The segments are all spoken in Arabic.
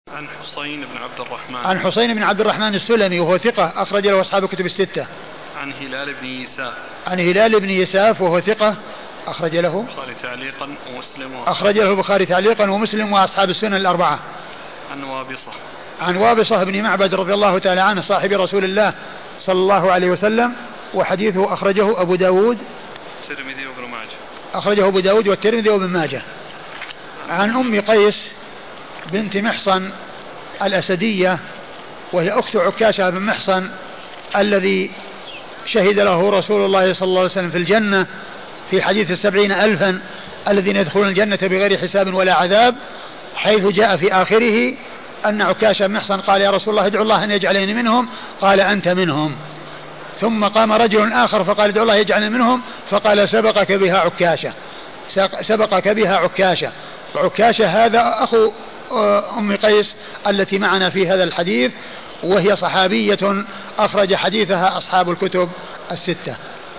عن حسين بن عبد الرحمن. عن حسين بن عبد الرحمن السلمي وهو ثقة أخرج له أصحاب الكتب الستة. عن هلال بن يساف. عن هلال بن يساف وهو ثقة أخرج له البخاري تعليقا ومسلم أخرج له البخاري تعليقا ومسلم وأصحاب السنن الأربعة. عن وابصة. عن وابصة بن معبد رضي الله تعالى عنه صاحب رسول الله صلى الله عليه وسلم، وحديثه أخرجه أبو داود الترمذي وابن ماجه. أخرجه أبو داود والترمذي وابن ماجه. عن أم قيس بنت محصن الأسدية، وهي أخت عكاشة بن محصن الذي شهد له رسول الله صلى الله عليه وسلم في الجنة في حديث 70,000 الذين يدخلون الجنة بغير حساب ولا عذاب، حيث جاء في آخره أن عكاشة بن محصن قال يا رسول الله ادعو الله أن يجعلني منهم، قال أنت منهم. ثم قام رجل آخر فقال ادعو الله يجعلني منهم، فقال سبقك بها عكاشة، سبقك بها عكاشة. وعكاشة هذا أخو أم قيس التي معنا في هذا الحديث، وهي صحابية أخرج حديثها أصحاب الكتب الستة.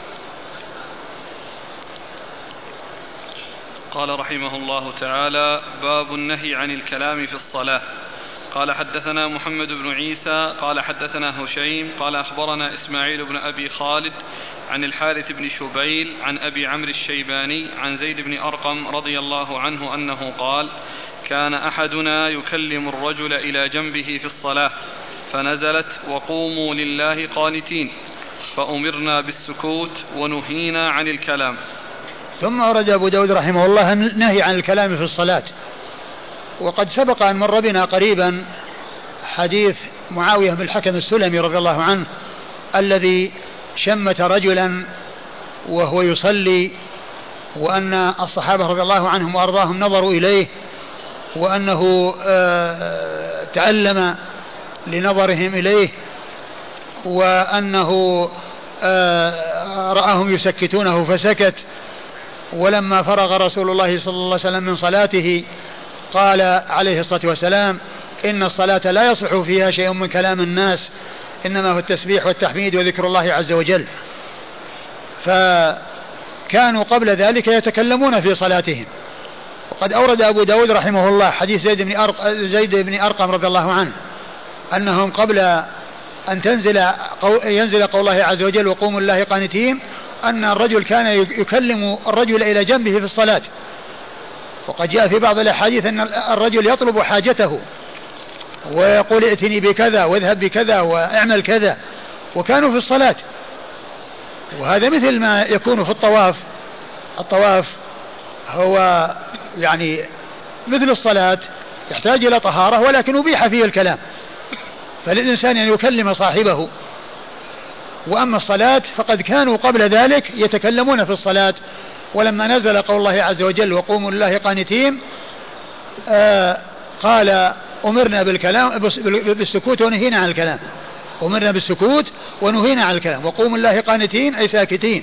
قال رحمه الله تعالى: باب النهي عن الكلام في الصلاة. قال حدثنا محمد بن عيسى قال حدثنا هشيم قال أخبرنا إسماعيل بن أبي خالد عن الحارث بن شبيل عن أبي عمرو الشيباني عن زيد بن أرقم رضي الله عنه أنه قال: كان أحدنا يكلم الرجل إلى جنبه في الصلاة، فنزلت: وقوموا لله قانتين، فأمرنا بالسكوت ونهينا عن الكلام. ثم أورد أبو داود رحمه الله النهي عن الكلام في الصلاة. وقد سبق أن مر بنا قريبا حديث معاوية بن الحكم السلمي رضي الله عنه الذي شمت رجلا وهو يصلي، وأن الصحابة رضي الله عنهم وأرضاهم نظروا إليه، وأنه تألم لنظرهم إليه، وأنه رآهم يسكتونه فسكت. ولما فرغ رسول الله صلى الله عليه وسلم من صلاته قال عليه الصلاة والسلام: إن الصلاة لا يصلح فيها شيء من كلام الناس، إنما هو التسبيح والتحميد وذكر الله عز وجل. فكانوا قبل ذلك يتكلمون في صلاتهم. وقد أورد أبو داود رحمه الله حديث زيد بن أرقم رضي الله عنه أنهم قبل أن ينزل قول الله عز وجل: وقوموا لله قانتين، أن الرجل كان يكلم الرجل إلى جنبه في الصلاة. وقد جاء في بعض الأحاديث أن الرجل يطلب حاجته ويقول: ائتني بكذا واذهب بكذا واعمل كذا، وكانوا في الصلاة. وهذا مثل ما يكون في الطواف. الطواف هو يعني مثل الصلاة، يحتاج إلى طهارة، ولكن أبيح فيه الكلام، فللإنسان أن يكلم صاحبه. وأما الصلاة فقد كانوا قبل ذلك يتكلمون في الصلاة. ولما نزل قول الله عز وجل: وقوموا لله قانتين، قال: أمرنا بالسكوت ونهينا عن الكلام. أمرنا بالسكوت ونهينا عن الكلام. وقوموا لله قانتين أي ساكتين.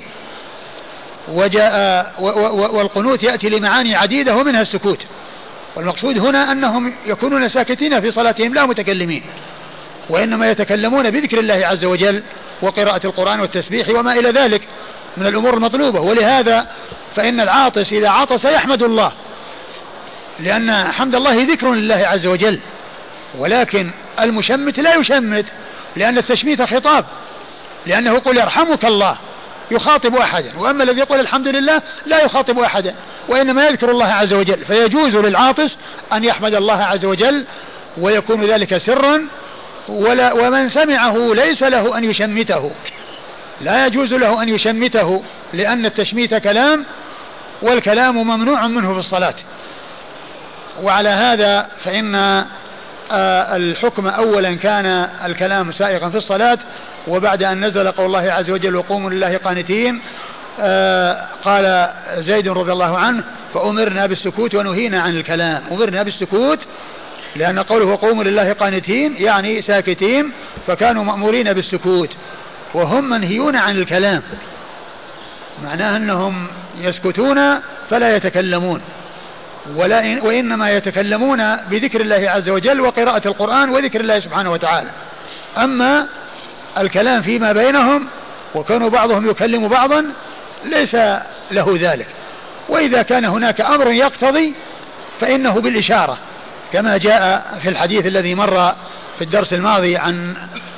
والقنوت يأتي لمعاني عديدة ومنها السكوت، والمقصود هنا أنهم يكونون ساكتين في صلاتهم لا متكلمين، وإنما يتكلمون بذكر الله عز وجل وقراءة القرآن والتسبيح وما إلى ذلك من الأمور المطلوبة. ولهذا فإن العاطس إذا عطس يحمد الله، لأن حمد الله ذكر لله عز وجل. ولكن المشمت لا يشمت، لأن التشميت خطاب، لأنه يقول: يرحمك الله، يخاطب أحدا. وأما الذي يقول الحمد لله لا يخاطب أحدا، وإنما يذكر الله عز وجل. فيجوز للعاطس أن يحمد الله عز وجل، ويكون ذلك سرا، ومن سمعه ليس له أن يشمته، لا يجوز له أن يشمته، لأن التشميت كلام، والكلام ممنوع منه في الصلاة. وعلى هذا فإن الحكم أولا كان الكلام سائغا في الصلاة، وبعد أن نزل قول الله عز وجل: وقوموا لله قانتين، قال زيد رضي الله عنه: فأمرنا بالسكوت ونهينا عن الكلام. أمرنا بالسكوت لأن قوله وقوموا لله قانتين يعني ساكتين، فكانوا مأمورين بالسكوت، وهم منهيون عن الكلام، معناه أنهم يسكتون فلا يتكلمون، وإنما يتكلمون بذكر الله عز وجل وقراءة القرآن وذكر الله سبحانه وتعالى. أما الكلام فيما بينهم وكانوا بعضهم يكلم بعضا ليس له ذلك. وإذا كان هناك أمر يقتضي فإنه بالإشارة، كما جاء في الحديث الذي مر في الدرس الماضي عن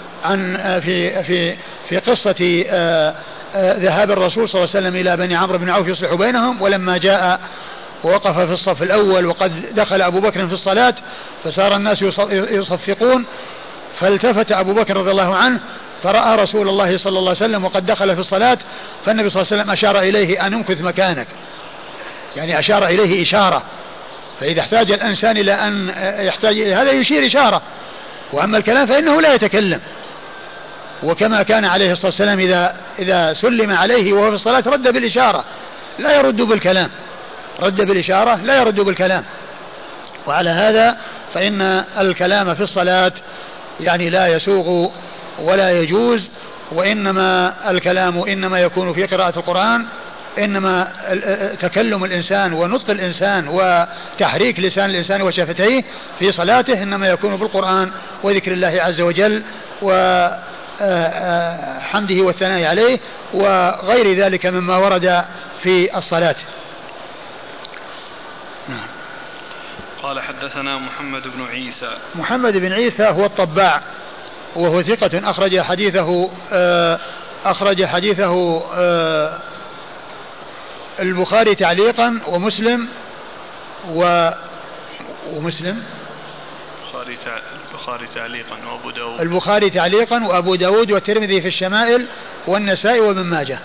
في قصة ذهاب الرسول صلى الله عليه وسلم إلى بني عمرو بن عوف يصلح بينهم، ولما جاء ووقف في الصف الأول وقد دخل أبو بكر في الصلاة فصار الناس يصفقون، فالتفت أبو بكر رضي الله عنه فرأى رسول الله صلى الله عليه وسلم وقد دخل في الصلاة، فالنبي صلى الله عليه وسلم أشار إليه أن امكث مكانك، يعني أشار إليه إشارة. فإذا احتاج الإنسان إلى أن يحتاج إلى هذا يشير إشارة، وأما الكلام فإنه لا يتكلم. وكما كان عليه الصلاة والسلام إذا سلم عليه وهو في الصلاة رد بالإشارة لا يرد بالكلام، رد بالإشارة لا يرد بالكلام. وعلى هذا فإن الكلام في الصلاة يعني لا يسوغ ولا يجوز، وإنما الكلام إنما يكون في قراءة القرآن، إنما تكلم الإنسان ونطق الإنسان وتحريك لسان الإنسان وشفتيه في صلاته إنما يكون بالقرآن وذكر الله عز وجل وحمده والثناء عليه وغير ذلك مما ورد في الصلاة. نعم. قال حدثنا محمد بن عيسى. محمد بن عيسى هو الطباع وهو ثقة أخرج حديثه البخاري تعليقا ومسلم البخاري تعليقا وأبو داود، البخاري تعليقا وأبو داود والترمذي في الشمائل والنسائي وابن ماجه.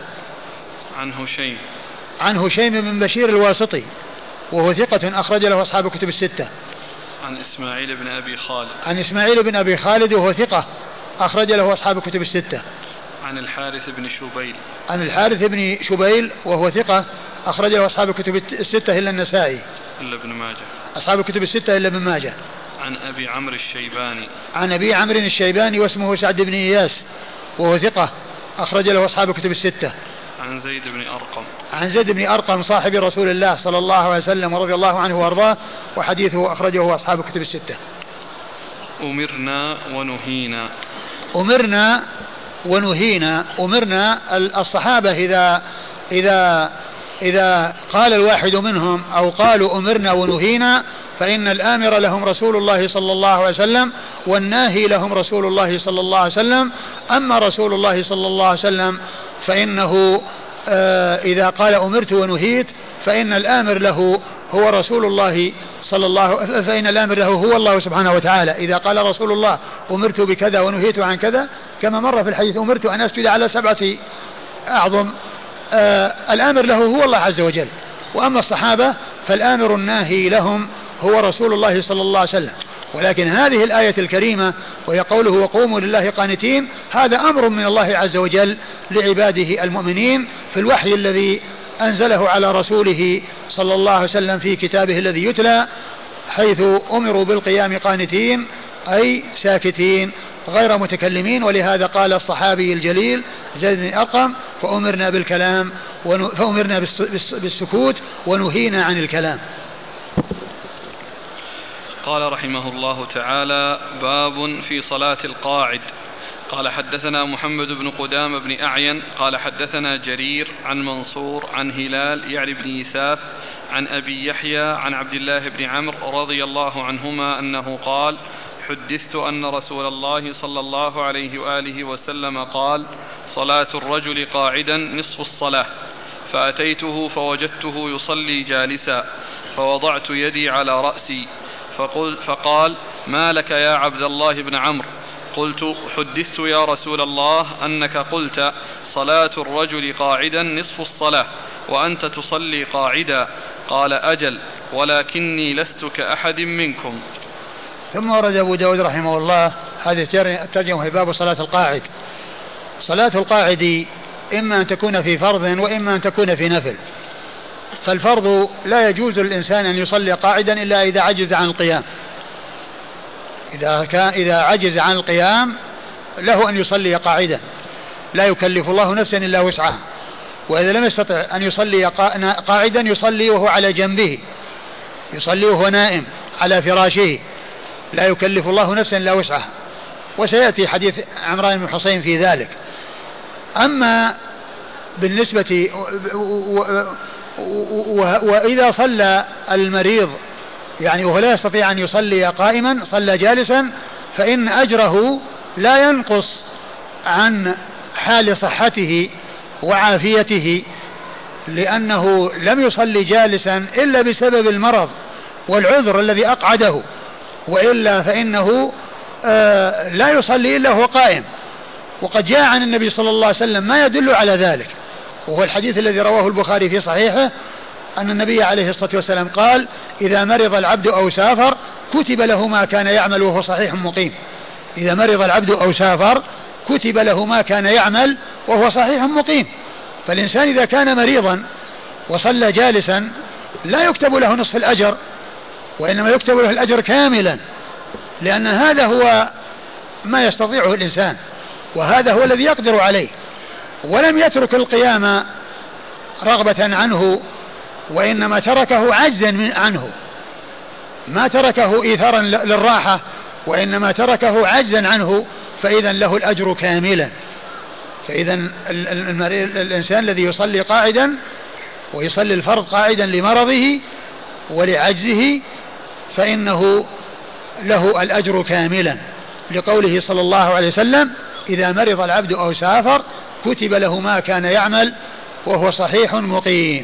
عن هشيم بن بشير الواسطي وهو ثقة أخرج له أصحاب الكتب الستة. عن إسماعيل بن أبي خالد وهو ثقة أخرج له أصحاب الكتب الستة. عن الحارث بن شبيل وهو ثقة أخرج له أصحاب الكتب الستة إلا النسائي أصحاب الكتب الستة إلا ابن ماجه. عن أبي عمرو الشيباني واسمه سعد بن إياس وهو ثقة أخرج له أصحاب الكتب الستة. عن زيد بن أرقم صاحب رسول الله صلى الله عليه وسلم ورضي الله عنه وأرضاه وحديثه أخرجه أصحاب الكتب الستة. أمرنا الصحابة إذا قال الواحد منهم أو قالوا أمرنا ونهينا فإن الآمر لهم رسول الله صلى الله عليه وسلم والناهي لهم رسول الله صلى الله عليه وسلم. أما رسول الله صلى الله عليه وسلم فإنه إذا قال أمرت ونهيت فإن الآمر له هو رسول الله فإن الآمر له هو الله سبحانه وتعالى. إذا قال رسول الله أمرت بكذا ونهيت عن كذا كما مر في الحديث أمرت أن أسجد على 7 أعظم، الآمر له هو الله عز وجل. وأما الصحابة فالآمر الناهي لهم هو رسول الله صلى الله عليه وسلم. ولكن هذه الآية الكريمة وهي قوله وقوموا لله قانتين هذا أمر من الله عز وجل لعباده المؤمنين في الوحي الذي أنزله على رسوله صلى الله عليه وسلم في كتابه الذي يتلى، حيث أمروا بالقيام قانتين أي ساكتين غير متكلمين. ولهذا قال الصحابي الجليل زيد بن أرقم فأمرنا بالكلام فأمرنا بالسكوت ونهينا عن الكلام. قال رحمه الله تعالى باب في صلاة القاعد. قال حدثنا محمد بن قدامة بن أعين قال حدثنا جرير عن منصور عن هلال يعني بن يساف عن أبي يحيى عن عبد الله بن عمرو رضي الله عنهما أنه قال حدثت أن رسول الله صلى الله عليه وآله وسلم قال صلاة الرجل قاعدا نصف الصلاة، فأتيته فوجدته يصلي جالسا فوضعت يدي على رأسي فقال ما لك يا عبد الله بن عمرو؟ قلت حدثت يا رسول الله أنك قلت صلاة الرجل قاعدا نصف الصلاة وأنت تصلي قاعدا. قال أجل ولكني لست كأحد منكم. ثم ورد أبو داود رحمه الله هذه الترجمة في باب صلاة القاعد. صلاة القاعد إما أن تكون في فرض وإما أن تكون في نفل. فالفرض لا يجوز للإنسان أن يصلي قاعدا إلا إذا عجز عن القيام. إذا عجز عن القيام له أن يصلي قاعدا، لا يكلف الله نفسا إلا وسعها. وإذا لم يستطع أن يصلي قاعدا يصلي وهو على جنبه، يصلي وهو نائم على فراشه، لا يكلف الله نفسا إلا وسعها. وسيأتي حديث عمران بن حصين في ذلك. أما بالنسبة وإذا صلى المريض يعني وهو لا يستطيع أن يصلي قائما صلى جالسا فإن أجره لا ينقص عن حال صحته وعافيته، لأنه لم يصلي جالسا إلا بسبب المرض والعذر الذي أقعده، وإلا فإنه لا يصلي إلا هو قائم. وقد جاء عن النبي صلى الله عليه وسلم ما يدل على ذلك، وهو الحديث الذي رواه البخاري في صحيحه أن النبي عليه الصلاة والسلام قال: إذا مرض العبد أو سافر كتب له ما كان يعمل وهو صحيح مقيم. إذا مرض العبد أو سافر كتب له ما كان يعمل وهو صحيح مقيم. فالإنسان إذا كان مريضا وصلى جالسا لا يكتب له نصف الأجر، وإنما يكتب له الأجر كاملا، لأن هذا هو ما يستطيعه الإنسان، وهذا هو الذي يقدر عليه، ولم يترك القيام رغبة عنه، وإنما تركه عجزا عنه، ما تركه إيثارا للراحة، وإنما تركه عجزا عنه، فإذا له الأجر كاملا. فإذا الإنسان الذي يصلي قاعدا ويصلي الفرض قاعدا لمرضه ولعجزه فإنه له الأجر كاملا، لقوله صلى الله عليه وسلم: إذا مرض العبد أو سافر كتب له ما كان يعمل وهو صحيح مقيم.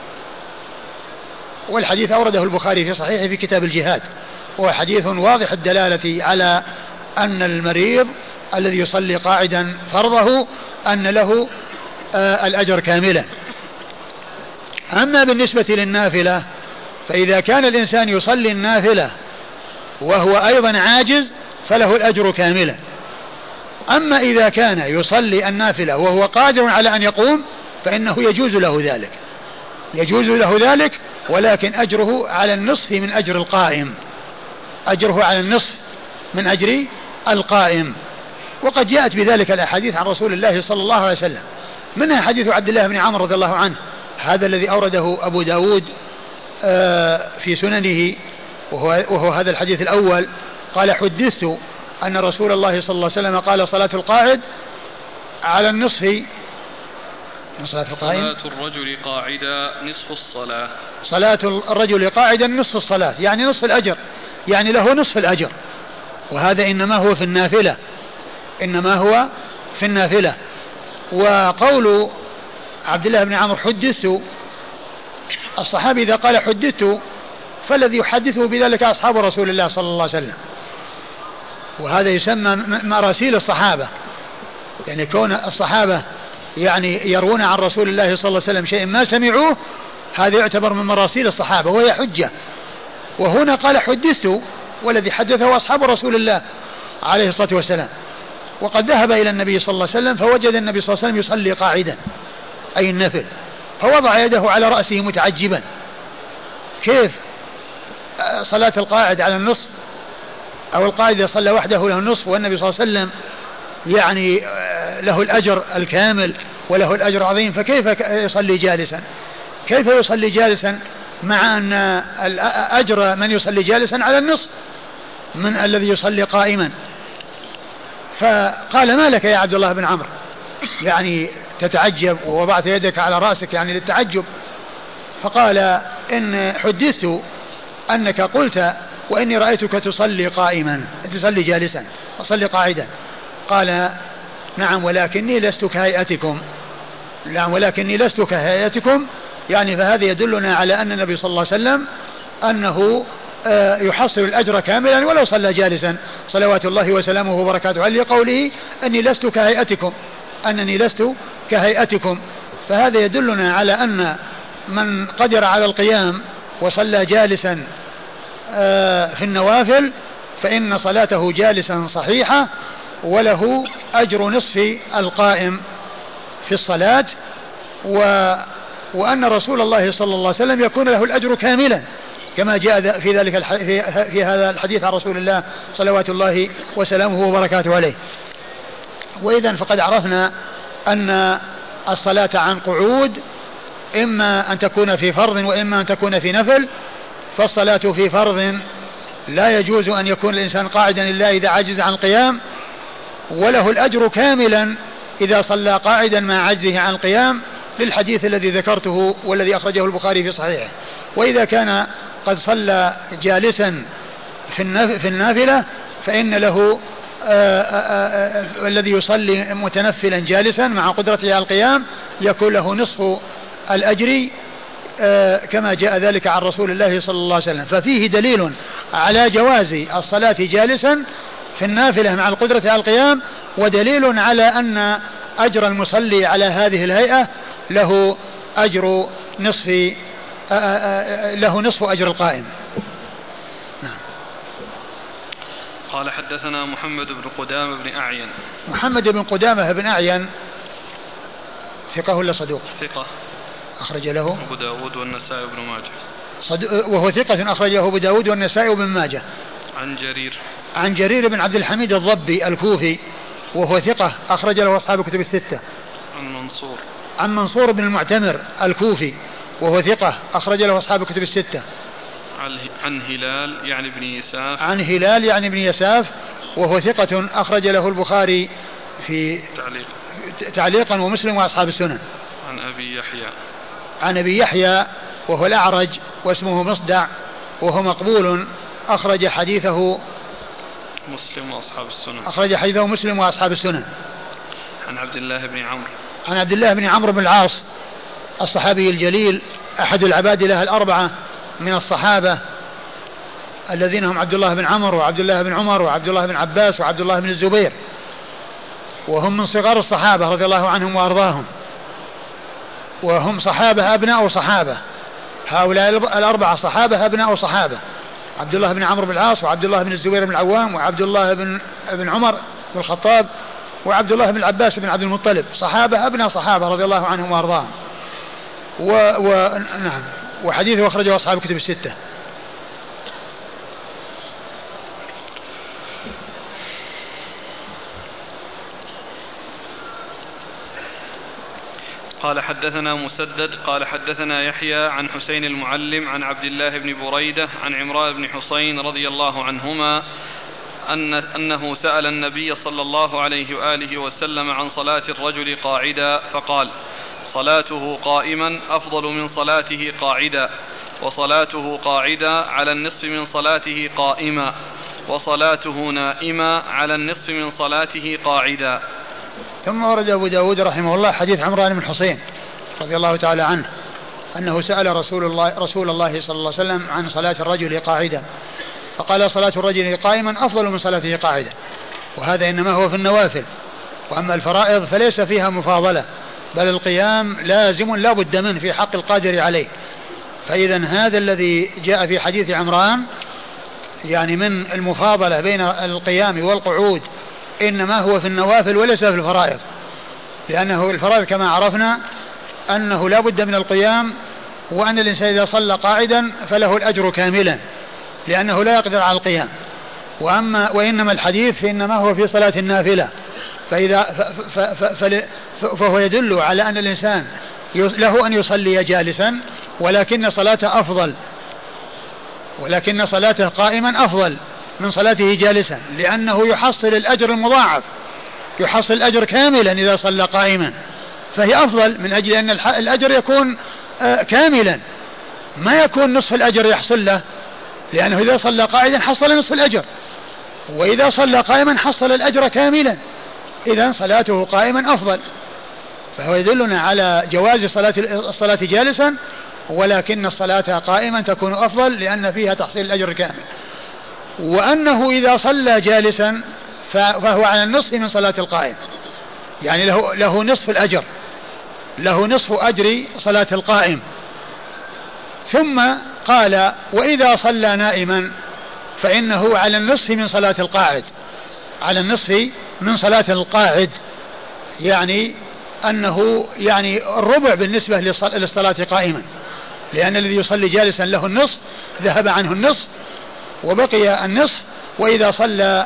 والحديث أورده البخاري في صحيحه في كتاب الجهاد، وهو حديث واضح الدلالة على أن المريض الذي يصلي قاعدا فرضه أن له الأجر كاملا. أما بالنسبة للنافلة فإذا كان الإنسان يصلي النافلة وهو أيضا عاجز فله الأجر كاملا. أما إذا كان يصلي النافلة وهو قادر على أن يقوم فإنه يجوز له ذلك، ولكن أجره على النصف من أجر القائم، أجره على النصف من أجر القائم. وقد جاءت بذلك الأحاديث عن رسول الله صلى الله عليه وسلم، منها حديث عبد الله بن عمرو رضي الله عنه، هذا الذي أورده أبو داود في سننه، وهو هذا الحديث الأول. قال: حدثت أن رسول الله صلى الله عليه وسلم قال: صلاة القاعد على النصف. صلاة الرجل قاعدا نصف الصلاة. صلاة الرجل قاعدا نصف الصلاة، يعني نصف الأجر، يعني له نصف الأجر. وهذا إنما هو في النافلة. وقول عبد الله بن عمرو حدثت، الصحابي إذا قال حدثت فالذي يحدثه بذلك أصحاب رسول الله صلى الله عليه وسلم، وهذا يسمى مراسيل الصحابة، يعني كون الصحابة يعني يروون عن رسول الله صلى الله عليه وسلم شيء ما سمعوه، هذا يعتبر من مراسيل الصحابة وهي حجة. وهنا قال حدثت، والذي حدثه أصحاب رسول الله عليه الصلاة والسلام. وقد ذهب إلى النبي صلى الله عليه وسلم فوجد النبي صلى الله عليه وسلم يصلي قاعدا أي النفل، فوضع يده على رأسه متعجبا: كيف صلاة القاعد على النصف، أو القاعد إذا صلى وحده له النصف والنبي صلى الله عليه وسلم يعني له الأجر الكامل وله الأجر العظيم، فكيف يصلي جالسا؟ كيف يصلي جالسا مع أن أجر من يصلي جالسا على النصف من الذي يصلي قائما؟ فقال: ما لك يا عبد الله بن عمرو، يعني تتعجب ووضعت يدك على رأسك يعني للتعجب. فقال: إن حدثت أنك قلت وإني رأيتك تصلي قائما، تصلي جالسا وصلي قاعدا. قال: نعم ولكني لست كهيئتكم، يعني فهذا يدلنا على أن النبي صلى الله عليه وسلم أنه يحصل الأجر كاملا ولو صلى جالسا صلوات الله وسلامه وبركاته عليه، قوله أني لست كهيئتكم. فهذا يدلنا على أن من قدر على القيام وصلى جالسا في النوافل فإن صلاته جالسا صحيحة، وله أجر نصف القائم في الصلاة، وأن رسول الله صلى الله عليه وسلم يكون له الأجر كاملا كما جاء في ذلك في هذا الحديث عن رسول الله صلوات الله وسلامه وبركاته عليه. وإذن فقد عرفنا أن الصلاة عن قعود إما أن تكون في فرض وإما أن تكون في نفل. فالصلاة في فرض لا يجوز أن يكون الإنسان قاعدا إلا إذا عجز عن القيام، وله الأجر كاملا إذا صلى قاعدا مع عجزه عن القيام، للحديث الذي ذكرته والذي أخرجه البخاري في صحيحه. وإذا كان قد صلى جالسا في النافلة فإن له الذي يصلي متنفلا جالسا مع قدرته على القيام يكون له نصف الأجر كما جاء ذلك عن رسول الله صلى الله عليه وسلم. ففيه دليل على جواز الصلاة جالسا في النافلة مع القدرة على القيام، ودليل على أن أجر المصلي على هذه الهيئة له نصف أجر القائم. نعم. قال حدثنا محمد بن قدامة بن أعين. محمد بن قدامة بن أعين ثقة ولا صدوق؟ ثقة، أخرج له أبو داود والنسائي وابن ماجه. وهو ثقة أخرجه أبو داود والنسائي وابن ماجه. عن جرير بن عبد الحميد الضبي الكوفي وهو ثقة أخرج له أصحاب الكتب الستة. عن منصور بن المعتمر الكوفي وهو ثقة أخرج له أصحاب الكتب الستة. عن هلال يعني بن يساف وهو ثقة أخرج له البخاري في تعليقا ومسلم وأصحاب السنن. عن أبي يحيى وهو الأعرج واسمه مصدع وهو مقبول أخرج حديثه مسلم وأصحاب السنن. عن عبد الله بن عمرو بن العاص الصحابي الجليل أحد العبادلة الأربعة من الصحابة الذين هم عبد الله بن عمرو وعبد الله بن عمر وعبد الله بن عباس وعبد الله بن الزبير، وهم من صغار الصحابة رضي الله عنهم وأرضاهم، وهم صحابة أبناء صحابة. هؤلاء الأربعة صحابة أبناء صحابة، عبد الله بن عمرو بن العاص وعبد الله بن الزبير بن العوام وعبد الله بن عمر بن الخطاب وعبد الله بن العباس بن عبد المطلب، صحابة أبناء صحابة رضي الله عنهم وأرضاهم. نعم. وحديثه أخرجه أصحاب الكتب الستة. قال حدثنا مسدد قال حدثنا يحيى عن حسين المعلم عن عبد الله بن بريدة عن عمران بن حسين رضي الله عنهما أنه سأل النبي صلى الله عليه وآله وسلم عن صلاة الرجل قاعدا فقال: صلاته قائما أفضل من صلاته قاعدا، وصلاته قاعدا على النصف من صلاته قائما، وصلاته نائما على النصف من صلاته قاعدا. ثم ورد أبو داود رحمه الله حديث عمران بن حسين رضي الله تعالى عنه أنه سأل رسول الله صلى الله عليه وسلم عن صلاة الرجل قاعدا فقال: صلاة الرجل قائما أفضل من صلاته قاعدا. وهذا إنما هو في النوافل، وأما الفرائض فليس فيها مفاضلة، بل القيام لازم لا بد منه في حق القادر عليه. فإذا هذا الذي جاء في حديث عمران يعني من المفاضلة بين القيام والقعود إنما هو في النوافل وليس في الفرائض، لأنه الفرائض كما عرفنا أنه لا بد من القيام، وأن الإنسان إذا صلى قاعدا فله الأجر كاملا لأنه لا يقدر على القيام. وإنما الحديث فإنما هو في صلاة النافلة، فهو يدل على أن الإنسان له أن يصلي جالسا ولكن صلاته أفضل، ولكن صلاته قائما أفضل من صلاته جالسا، لأنه يحصل الأجر المضاعف، يحصل الأجر كاملا إذا صلى قائما، فهي أفضل من أجل أن الأجر يكون كاملا، ما يكون نصف الأجر يحصل له، لأنه إذا صلى قاعدا حصل نصف الأجر، وإذا صلى قائما حصل الأجر كاملا، إذن صلاته قائما أفضل. فهو يدلنا على جواز الصلاة جالسا، ولكن الصلاة قائما تكون أفضل لأن فيها تحصيل الأجر الكامل. وأنه إذا صلى جالسا فهو على النصف من صلاة القائم، يعني له نصف الأجر، له نصف أجر صلاة القائم. ثم قال: وإذا صلى نائما فإنه على النصف من صلاة القاعد، على النصف من صلاة القاعد، يعني أنه يعني الربع بالنسبة للصلاة قائما، لأن الذي يصلي جالسا له النصف، ذهب عنه النصف وبقي النصف. وإذا صلى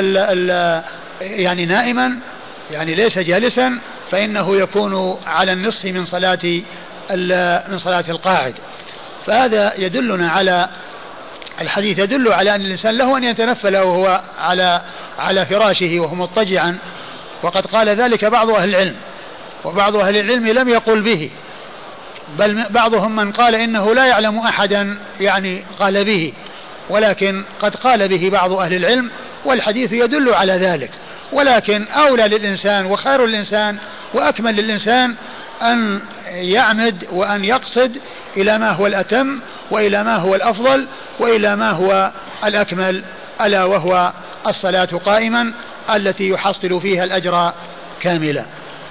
يعني نائما يعني ليس جالسا فإنه يكون على النصف من صلاة القاعد. فهذا يدلنا على الحديث، يدل على أن الإنسان له أن يتنفل وهو على فراشه وهو مضطجعا، وقد قال ذلك بعض أهل العلم، وبعض أهل العلم لم يقل به، بل بعضهم من قال إنه لا يعلم أحدا يعني قال به، ولكن قد قال به بعض أهل العلم، والحديث يدل على ذلك. ولكن أولى للإنسان وخير الإنسان وأكمل للإنسان أن يعمد وأن يقصد إلى ما هو الأتم وإلى ما هو الأفضل وإلى ما هو الأكمل، ألا وهو الصلاة قائما التي يحصل فيها الأجر كاملا.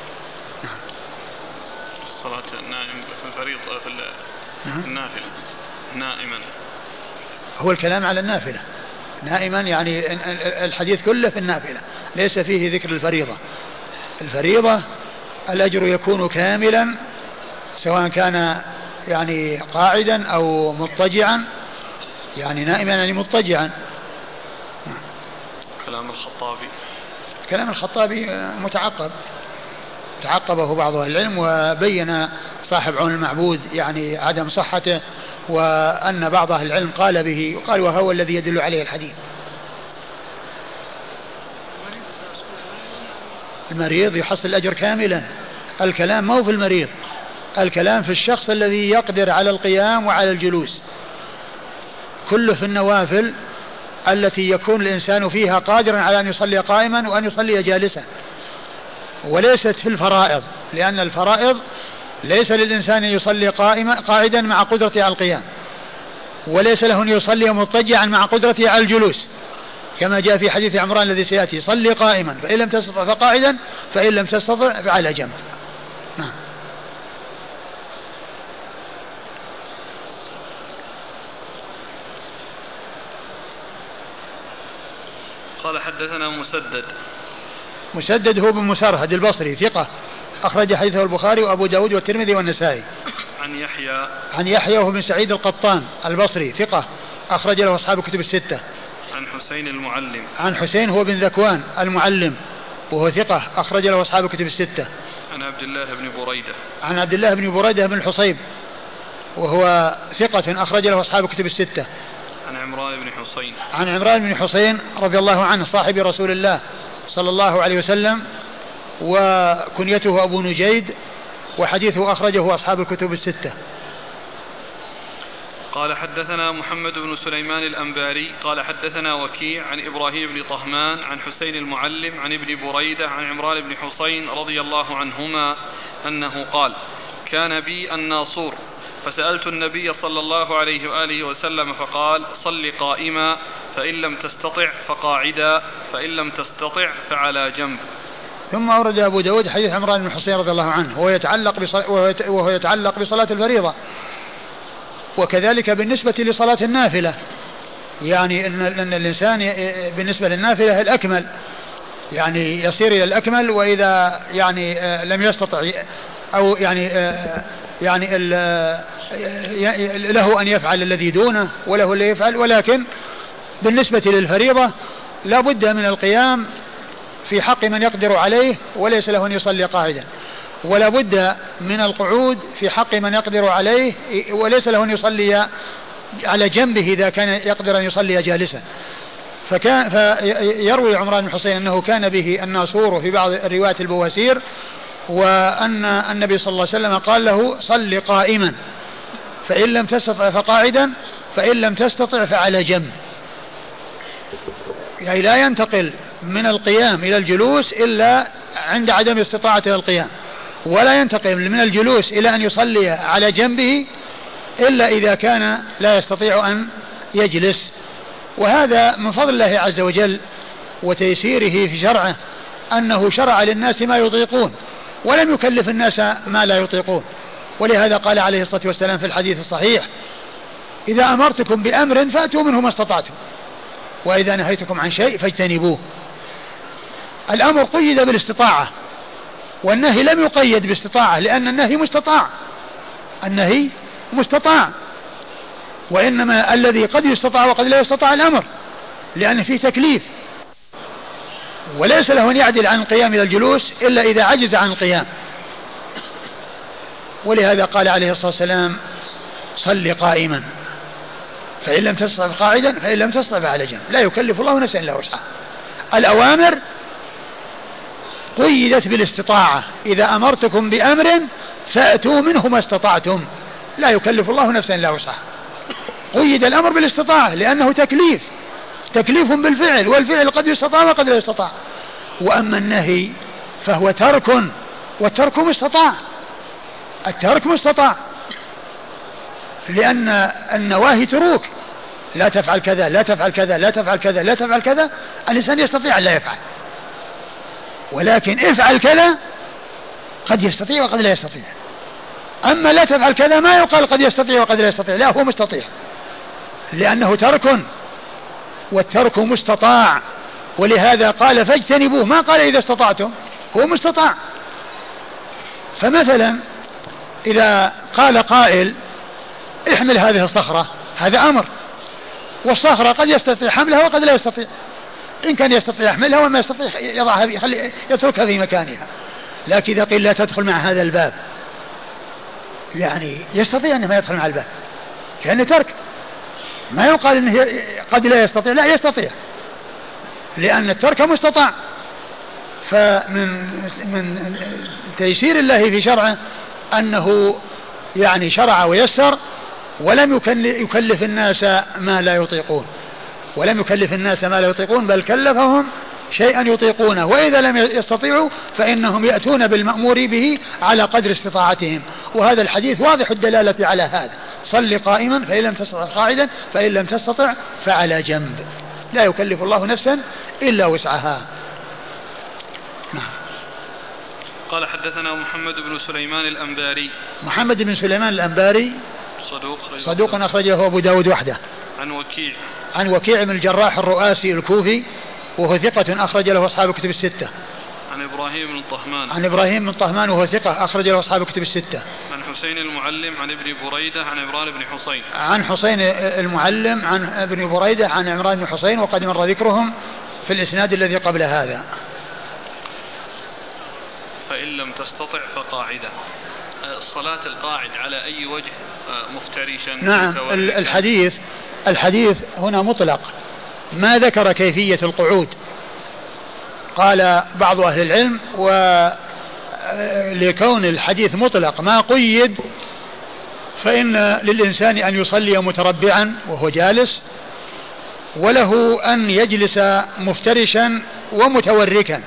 الصلاة النائم في الفريضة في النافلة نائما، هو الكلام على النافلة نائما، يعني الحديث كله في النافلة ليس فيه ذكر الفريضة. الفريضة الأجر يكون كاملا سواء كان يعني قاعدا أو مضطجعا، يعني نائما يعني مضطجعا. كلام الخطابي متعقب، تعقبه بعض أهل العلم وبين صاحب عون المعبود يعني عدم صحته، وأن بعض أهل العلم قال به وقال وهو الذي يدل عليه الحديث. المريض يحصل الأجر كاملا، الكلام مو في المريض، الكلام في الشخص الذي يقدر على القيام وعلى الجلوس، كله في النوافل التي يكون الإنسان فيها قادرا على أن يصلي قائما وأن يصلي جالسا، وليست في الفرائض، لأن الفرائض ليس للإنسان يصلي قاعدا مع قدرته على القيام، وليس له أن يصلي مضطجعا مع قدرته على الجلوس، كما جاء في حديث عمران الذي سيأتي: صلي قائما فإن لم تستطع فقاعدا فإن لم تستطع فعلى جنب. نعم. قال حدثنا مسدد هو بن مسرهد البصري ثقة، أخرج حديثه البخاري وأبو داود والترمذي والنسائي. عن يحيى وهو بن سعيد القطان البصري ثقة، أخرج له أصحاب الكتب الستة. عن حسين هو بن ذكوان المعلم وهو ثقة، أخرج له أصحاب الكتب الستة. عن عبد الله بن بريدة بن الحصيب وهو ثقة، أخرج له أصحاب الكتب الستة. عن عمران بن حسين رضي الله عنه صاحب رسول الله صلى الله عليه وسلم، وكنيته أبو نجيد، وحديثه أخرجه أصحاب الكتب الستة. قال حدثنا محمد بن سليمان الأنباري قال حدثنا وكيع عن إبراهيم بن طهمان عن حسين المعلم عن ابن بريدة عن عمران بن حسين رضي الله عنهما أنه قال: كان بي الناصور فسألت النبي صلى الله عليه وآله وسلم فقال: صل قائما فإن لم تستطع فقاعدا فإن لم تستطع فعلى جنب. ثم أورد أبو داود حديث عمران بن حسين رضي الله عنه وهو يتعلق بصلاة الفريضة، وكذلك بالنسبة لصلاة النافلة، يعني أن الإنسان بالنسبة للنافلة الأكمل، يعني يصير إلى الأكمل، وإذا يعني لم يستطع أو يعني له أن يفعل الذي دونه وله اللي يفعل، ولكن بالنسبة للفريضة لا بد من القيام في حق من يقدر عليه وليس له أن يصلي قاعدا، ولا بد من القعود في حق من يقدر عليه وليس له أن يصلي على جنبه إذا كان يقدر أن يصلي جالسا. فيروي عمران بن حسين أنه كان به الناصور في بعض الروايات البواسير، وأن النبي صلى الله عليه وسلم قال له: صل قائما فإن لم تستطع فقاعدا فإن لم تستطع فعلى جنب، يعني لا ينتقل من القيام إلى الجلوس إلا عند عدم استطاعته القيام، ولا ينتقل من الجلوس إلى أن يصلي على جنبه إلا إذا كان لا يستطيع أن يجلس. وهذا من فضل الله عز وجل وتيسيره في شرعه، أنه شرع للناس ما يطيقون ولم يكلف الناس ما لا يطيقون. ولهذا قال عليه الصلاة والسلام في الحديث الصحيح: إذا أمرتكم بأمر فأتوا منه ما استطعتم، وإذا نهيتكم عن شيء فاجتنبوه. الأمر قيد بالاستطاعة، والنهي لم يقيد باستطاعة، لأن النهي مستطاع، وإنما الذي قد يستطاع وقد لا يستطاع الأمر، لأن فيه تكليف، وليس له أن يعدل عن القيام إلى الجلوس إلا إذا عجز عن القيام. ولهذا قال عليه الصلاة والسلام: صل قائما فإن لم تستطع قاعدا فإن لم تستطع فعلى جنب. لا يكلف الله نفسا إلا وسعها. الأوامر قيدت بالاستطاعة: إذا أمرتكم بأمر فأتوا منه ما استطعتم، لا يكلف الله نفسا إلا وسعها. قيد الأمر بالاستطاعة لأنه تكليف بالفعل، والفعل قد يستطاع وقد لا يستطاع. وأما النهي فهو ترك، والترك مستطاع، الترك مستطاع، لأن النواهي تروك، لا تفعل كذا لا تفعل كذا لا تفعل كذا لا تفعل كذا، الإنسان يستطيع أن لا يفعل، ولكن افعل كذا قد يستطيع وقد لا يستطيع. أما لا تفعل كذا ما يقال قد يستطيع وقد لا يستطيع، لا هو مستطيع لأنه ترك، والترك مستطاع، ولهذا قال فاجتنبوه، ما قال إذا استطعتم، هو مستطاع. فمثلا إذا قال قائل احمل هذه الصخرة، هذا أمر، والصخرة قد يستطيع حملها وقد لا يستطيع، إن كان يستطيع يحملها وما يستطيع يضعها يتركها في مكانها. لكن إذا قيل لا تدخل مع هذا الباب، يعني يستطيع أنه ما يدخل مع الباب لأنه ترك، ما يقال أنه قد لا يستطيع، لا يستطيع لأن الترك مستطاع. فمن تيسير الله في شرعه أنه يعني شرع ويسر، ولم يكلف الناس ما لا يطيقون، ولم يكلف الناس ما لا يطيقون، بل كلفهم شيئا يطيقونه، وإذا لم يستطيعوا فإنهم يأتون بالمأمور به على قدر استطاعتهم. وهذا الحديث واضح الدلالة على هذا: صل قائما فإن لم تستطع قاعدا فإن لم تستطع فعلى جنب، لا يكلف الله نفسا إلا وسعها. نعم. قال حدثنا محمد بن سليمان الأنباري. محمد بن سليمان الأنباري صدوق أخرجه أبو داود وحده. عن وكيع بن الجراح الرؤاسي الكوفي وهو ثقة أخرج له أصحاب كتب الستة. عن إبراهيم بن طهمان وهو ثقة أخرج له أصحاب كتب الستة. عن حسين المعلم عن ابن بريدة عن عمران بن حسين. عن حسين المعلم عن ابن بريدة عن عمران بن حسين، وقد مر ذكرهم في الإسناد الذي قبل هذا. فإن لم تستطع فقاعدة. الصلاة القاعد على أي وجه؟ مفترشا؟ نعم. الحديث هنا مطلق، ما ذكر كيفية القعود. قال بعض أهل العلم ولكون الحديث مطلق ما قيد، فإن للإنسان أن يصلي متربعا وهو جالس، وله أن يجلس مفترشا ومتوركا.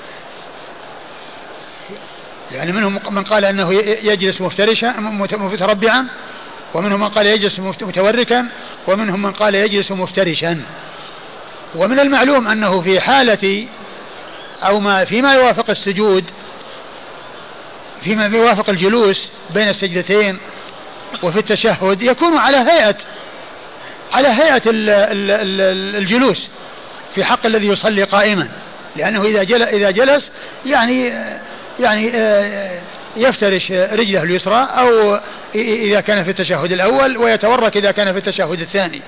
يعني منهم من قال أنه يجلس مفترشا متربعا، ومنهم من قال يجلس متوركا، ومنهم من قال يجلس مفترشا. ومن المعلوم أنه في حالة أو فيما يوافق السجود، فيما يوافق الجلوس بين السجدتين وفي التشهد، يكون على هيئة الجلوس في حق الذي يصلي قائما، لأنه إذا جلس يعني يفترش رجله اليسرى، أو إذا كان في التشهد الأول، ويتورك إذا كان في التشهد الثاني،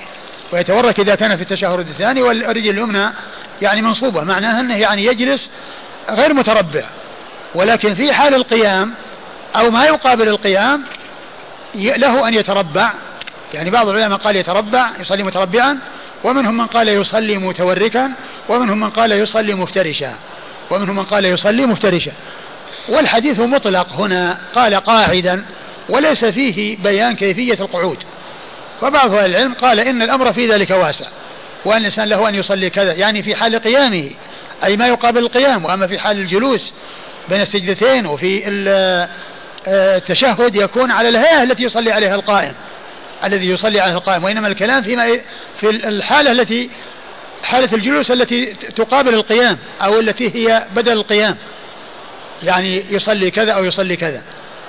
والرجل اليمنى يعني منصوبة، معناها أنه يعني يجلس غير متربع. ولكن في حال القيام أو ما يقابل القيام له أن يتربع. يعني بعض العلماء قال يتربع يصلي متربعا، ومنهم من قال يصلي متوركا، ومنهم من قال يصلي مفترشا، والحديث مطلق هنا، قال قاعدا وليس فيه بيان كيفية القعود. فبعض أهل العلم قال إن الأمر في ذلك واسع، وأن الإنسان له أن يصلي كذا، يعني في حال قيامه أي ما يقابل القيام. وأما في حال الجلوس بين السجدتين وفي التشهد يكون على الهيئة التي يصلي عليها القائم، وإنما الكلام في الحالة حالة الجلوس التي تقابل القيام، أو التي هي بدل القيام، يعني يصلي كذا أو يصلي كذا.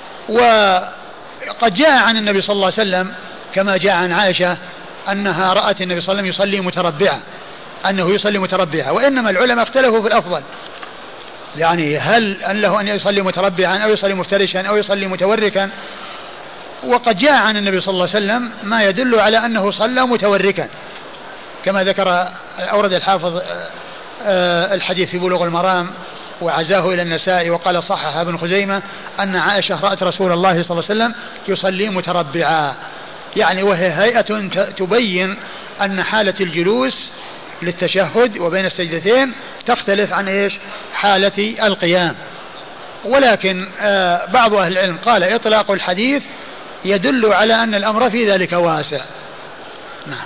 وقد جاء عن النبي صلى الله عليه وسلم كما جاء عن عائشة أنها رأت النبي صلى الله عليه وسلم يصلي متربعا، وإنما العلماء اختلفوا في الأفضل، يعني هل له أن يصلي متربعا أو يصلي مفترشا أو يصلي متوركا. وقد جاء عن النبي صلى الله عليه وسلم ما يدل على أنه صلى متوركا، كما أورد الحافظ الحديث في بلوغ المرام وعزاه إلى النسائي، وقال صحح ابن خزيمة أن عائشة رأت رسول الله صلى الله عليه وسلم يصلي متربعا، يعني وهي هيئة تبين أن حالة الجلوس للتشهد وبين السجدتين تختلف عن حالة القيام. ولكن بعض أهل العلم قال إطلاق الحديث يدل على أن الأمر في ذلك واسع. نعم.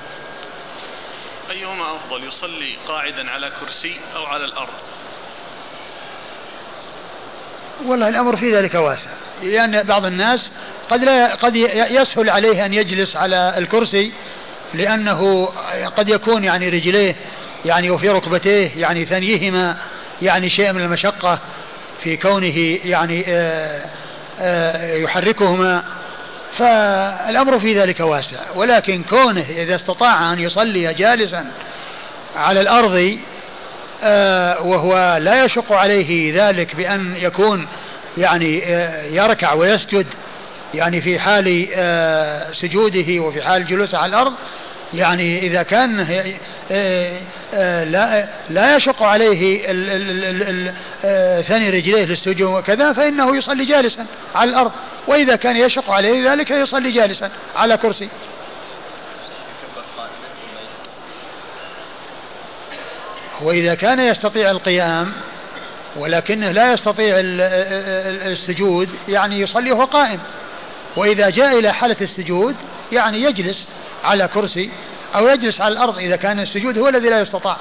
أيهما أفضل، يصلي قاعدا على كرسي أو على الأرض؟ والله الأمر في ذلك واسع، لأن بعض الناس قد يسهل عليه أن يجلس على الكرسي، لأنه قد يكون يعني رجليه يعني وفي ركبتيه يعني ثنيهما يعني شيء من المشقة في كونه يعني يحركهما، فالأمر في ذلك واسع. ولكن كونه إذا استطاع أن يصلي جالسا على الأرض وهو لا يشق عليه ذلك بأن يكون يعني يركع ويسجد يعني في حال سجوده وفي حال جلوسه على الأرض، يعني إذا كان لا يشق عليه ثاني رجليه للسجود وكذا فإنه يصلي جالسا على الأرض، وإذا كان يشق عليه ذلك يصلي جالسا على كرسي. وإذا كان يستطيع القيام ولكنه لا يستطيع السجود يعني يصلي وهو قائم، وإذا جاء إلى حالة السجود يعني يجلس على كرسي أو يجلس على الأرض إذا كان السجود هو الذي لا يستطاع.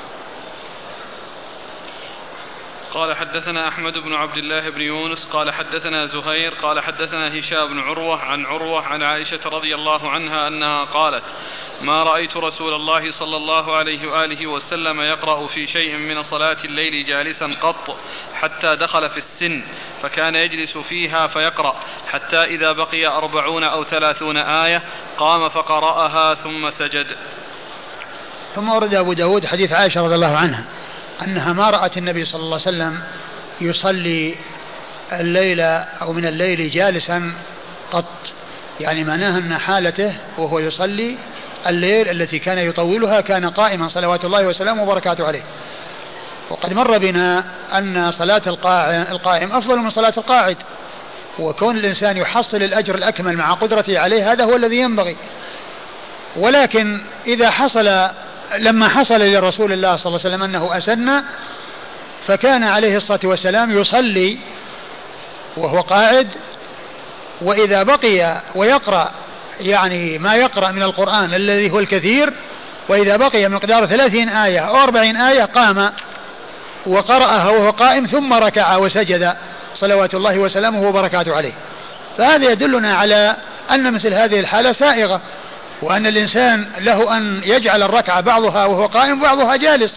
قال حدثنا أحمد بن عبد الله بن يونس قال حدثنا زهير قال حدثنا هشام بن عروة عن عائشة رضي الله عنها أنها قالت: ما رأيت رسول الله صلى الله عليه وآله وسلم يقرأ في شيء من صلاة الليل جالسا قط حتى دخل في السن، فكان يجلس فيها فيقرأ حتى إذا بقي 40 أو 30 آية قام فقرأها ثم سجد. ثم ورد أبو داود حديث عائشة رضي الله عنها أنها ما رأت النبي صلى الله عليه وسلم يصلي الليل أو من الليل جالسا قط، يعني معناها أن حالته وهو يصلي الليل التي كان يطولها كان قائما صلوات الله وسلامه وبركاته عليه. وقد مر بنا أن صلاة القائم أفضل من صلاة القاعد، وكون الإنسان يحصل الأجر الأكمل مع قدرته عليه هذا هو الذي ينبغي. ولكن إذا لما حصل لرسول الله صلى الله عليه وسلم أنه أسن، فكان عليه الصلاة والسلام يصلي وهو قاعد، وإذا بقي ويقرأ يعني ما يقرأ من القرآن الذي هو الكثير، وإذا بقي مقدار 30 آية أو 40 آية قام وقرأها وهو قائم ثم ركع وسجد صلوات الله وسلامه وبركاته عليه. فهذا يدلنا على أن مثل هذه الحالة سائغة، وأن الإنسان له أن يجعل الركعة بعضها وهو قائم بعضها جالس،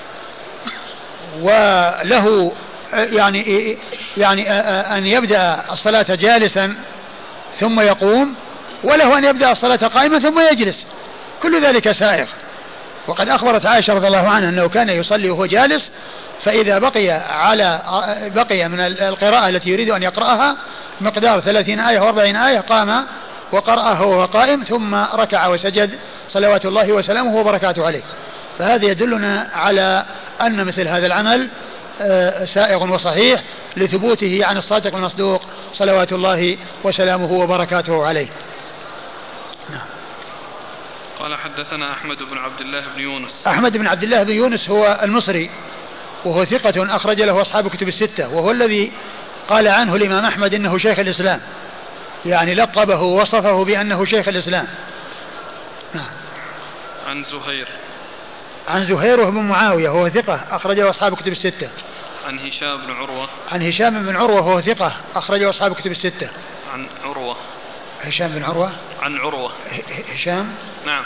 وله يعني أن يبدأ الصلاة جالسا ثم يقوم، وله أن يبدأ الصلاة قائما ثم يجلس، كل ذلك سائغ. وقد أخبرت عائشة رضي الله عنها أنه كان يصلي وهو جالس، فإذا بقي من القراءة التي يريد أن يقرأها مقدار 30 آية و40 آية قام وقرأه وهو قائم ثم ركع وسجد صلوات الله وسلامه وبركاته عليه. فهذا يدلنا على أن مثل هذا العمل سائغ وصحيح لثبوته عن الصادق المصدوق صلوات الله وسلامه وبركاته عليه. قال حدثنا أحمد بن عبد الله بن يونس. أحمد بن عبد الله بن يونس هو المصري، وهو ثقة أخرج له أصحاب كتب الستة، وهو الذي قال عنه الإمام أحمد إنه شيخ الإسلام، يعني لقبه ووصفه بأنه شيخ الإسلام. عن زهير بن معاوية وهو ثقة أخرج له أصحاب كتب الستة. عن هشام بن عروة وهو ثقة أخرج له أصحاب كتب الستة. عن عروة. هشام بن عروة. عن عروة. هشام. نعم.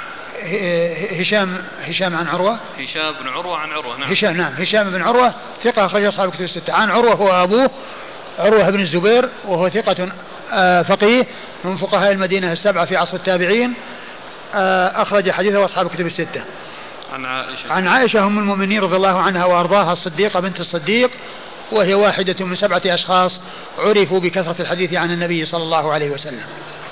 هشام عن عروة. هشام بن عروة عن عروة. نعم. هشام بن عروة ثقة أخرج أصحاب كتب الستة. عن عروة هو أبوه عروة بن الزبير، وهو ثقة فقيه من فقهاء المدينة السبعة في عصر التابعين، أخرج حديثه أصحاب كتب الستة. عن عائشة أم المؤمنين رضي الله عنها وأرضاها الصديقة بنت الصديق، وهي واحدة من 7 أشخاص عرفوا بكثرة الحديث عن النبي صلى الله عليه وسلم.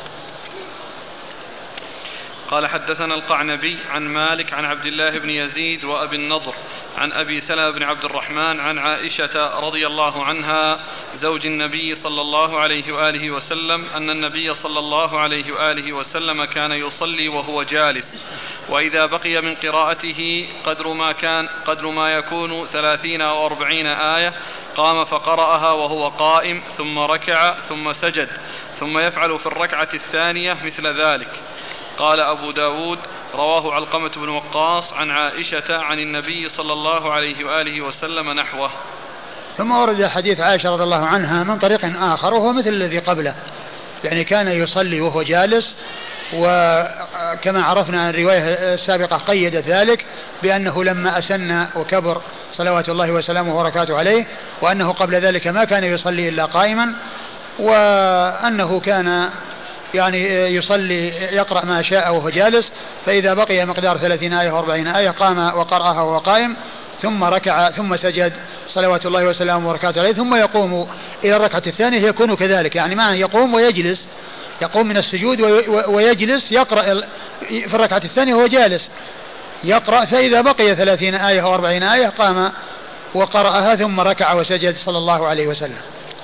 قال حدثنا القعنبي عن مالك عن عبد الله بن يزيد وأبي النضر عن أبي سلمة بن عبد الرحمن عن عائشة رضي الله عنها زوج النبي صلى الله عليه وآله وسلم أن النبي صلى الله عليه وآله وسلم كان يصلي وهو جالس، وإذا بقي من قراءته قدر ما يكون 30 أو 40 آية قام فقرأها وهو قائم ثم ركع ثم سجد ثم يفعل في الركعة الثانية مثل ذلك. قال أبو داود رواه علقمة بن وقاص عن عائشة عن النبي صلى الله عليه وآله وسلم نحوه. ثم ورد حديث عائشة رضي الله عنها من طريق آخر وهو مثل الذي قبله، يعني كان يصلي وهو جالس، وكما عرفنا الرواية السابقة قيدت ذلك بأنه لما أسن وكبر صلوات الله وسلامه وبركاته عليه، وأنه قبل ذلك ما كان يصلي إلا قائما، وأنه كان يعني يصلي يقرأ ما شاء وهو جالس، فإذا بقي مقدار 30 آية و40 آية قام وقرأها وهو قائم ثم ركع ثم سجد صلوات الله وسلامه وبركاته عليه، ثم يقوم إلى الركعة الثانية يكون كذلك، يعني ما يقوم ويجلس، يقوم من السجود ويجلس يقرأ في الركعة الثانية وهو جالس يقرأ، فإذا بقي 30 آية و40 آية قام وقرأها ثم ركع وسجد صلى الله عليه وسلم.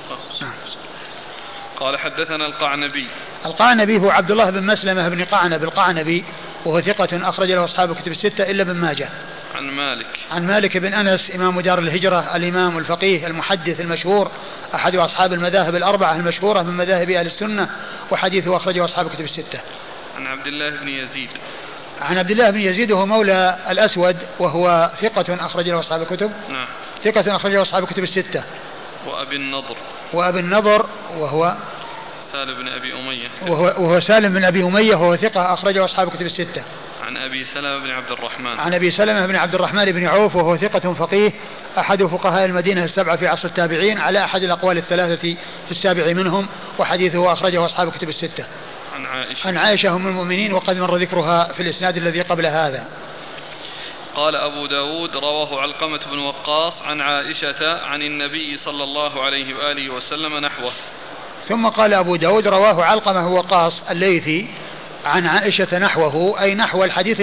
قال حدثنا القعنبي هو عبد الله بن مسلمة بن قعنب القعنبي، وهو ثقة أخرج له أصحاب كتب الستة إلا ابن ماجه. عن مالك بن أنس إمام دار الهجرة الإمام الفقيه المحدث المشهور أحد أصحاب المذاهب الأربعة المشهورة من مذاهب أهل السنة، وحديثه أخرجه أصحاب كتب الستة. عن عبد الله بن يزيد وهو مولى الأسود، وهو ثقة أخرج له أصحاب الكتب. ثقة أخرج له أصحاب الكتب الستة. وأبي النضر وهو سالم بن أبي أمية وهو سالم بن أبي أمية وهو ثقة أخرجه أصحاب كتب الستة. عن أبي سلمة بن عبد الرحمن بن عوف وهو ثقة فقيه أحد فقهاء المدينة السبعة في عصر التابعين على أحد الأقوال الثلاثة في السابع منهم، وحديثه أخرجه أصحاب كتب الستة. عن عائشة أم المؤمنين وقد مر ذكرها في الإسناد الذي قبل هذا. قال أبو داود رواه علقمة بن وقاص عن عائشة عن النبي صلى الله عليه وآله وسلم نحوه. ثم قال أبو داود رواه علقمة وقاص الليثي عن عائشة نحوه، أي نحو الحديث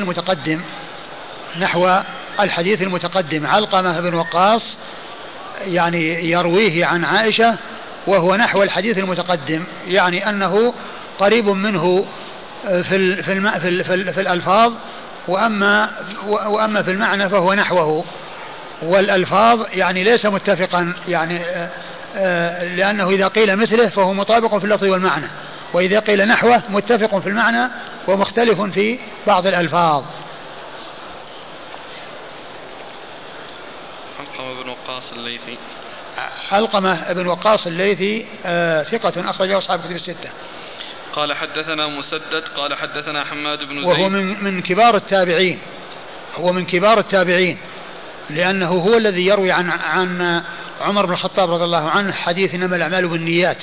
المتقدم. علقمة بن وقاص يعني يرويه عن عائشة وهو نحو الحديث المتقدم، يعني أنه قريب منه في الألفاظ، وأما في المعنى فهو نحوه، والألفاظ يعني ليس متفقا، يعني لأنه إذا قيل مثله فهو مطابق في اللفظ والمعنى، وإذا قيل نحوه متفق في المعنى ومختلف في بعض الألفاظ. علقمة بن وقاص الليثي ثقة أخرجه أصحاب كتب الستة. قال حدثنا مسدد قال حدثنا حماد بن زيد وهو من كبار التابعين، لأنه هو الذي يروي عن عمر بن الخطاب رضي الله عنه حديث إنما الأعمال بالنيات،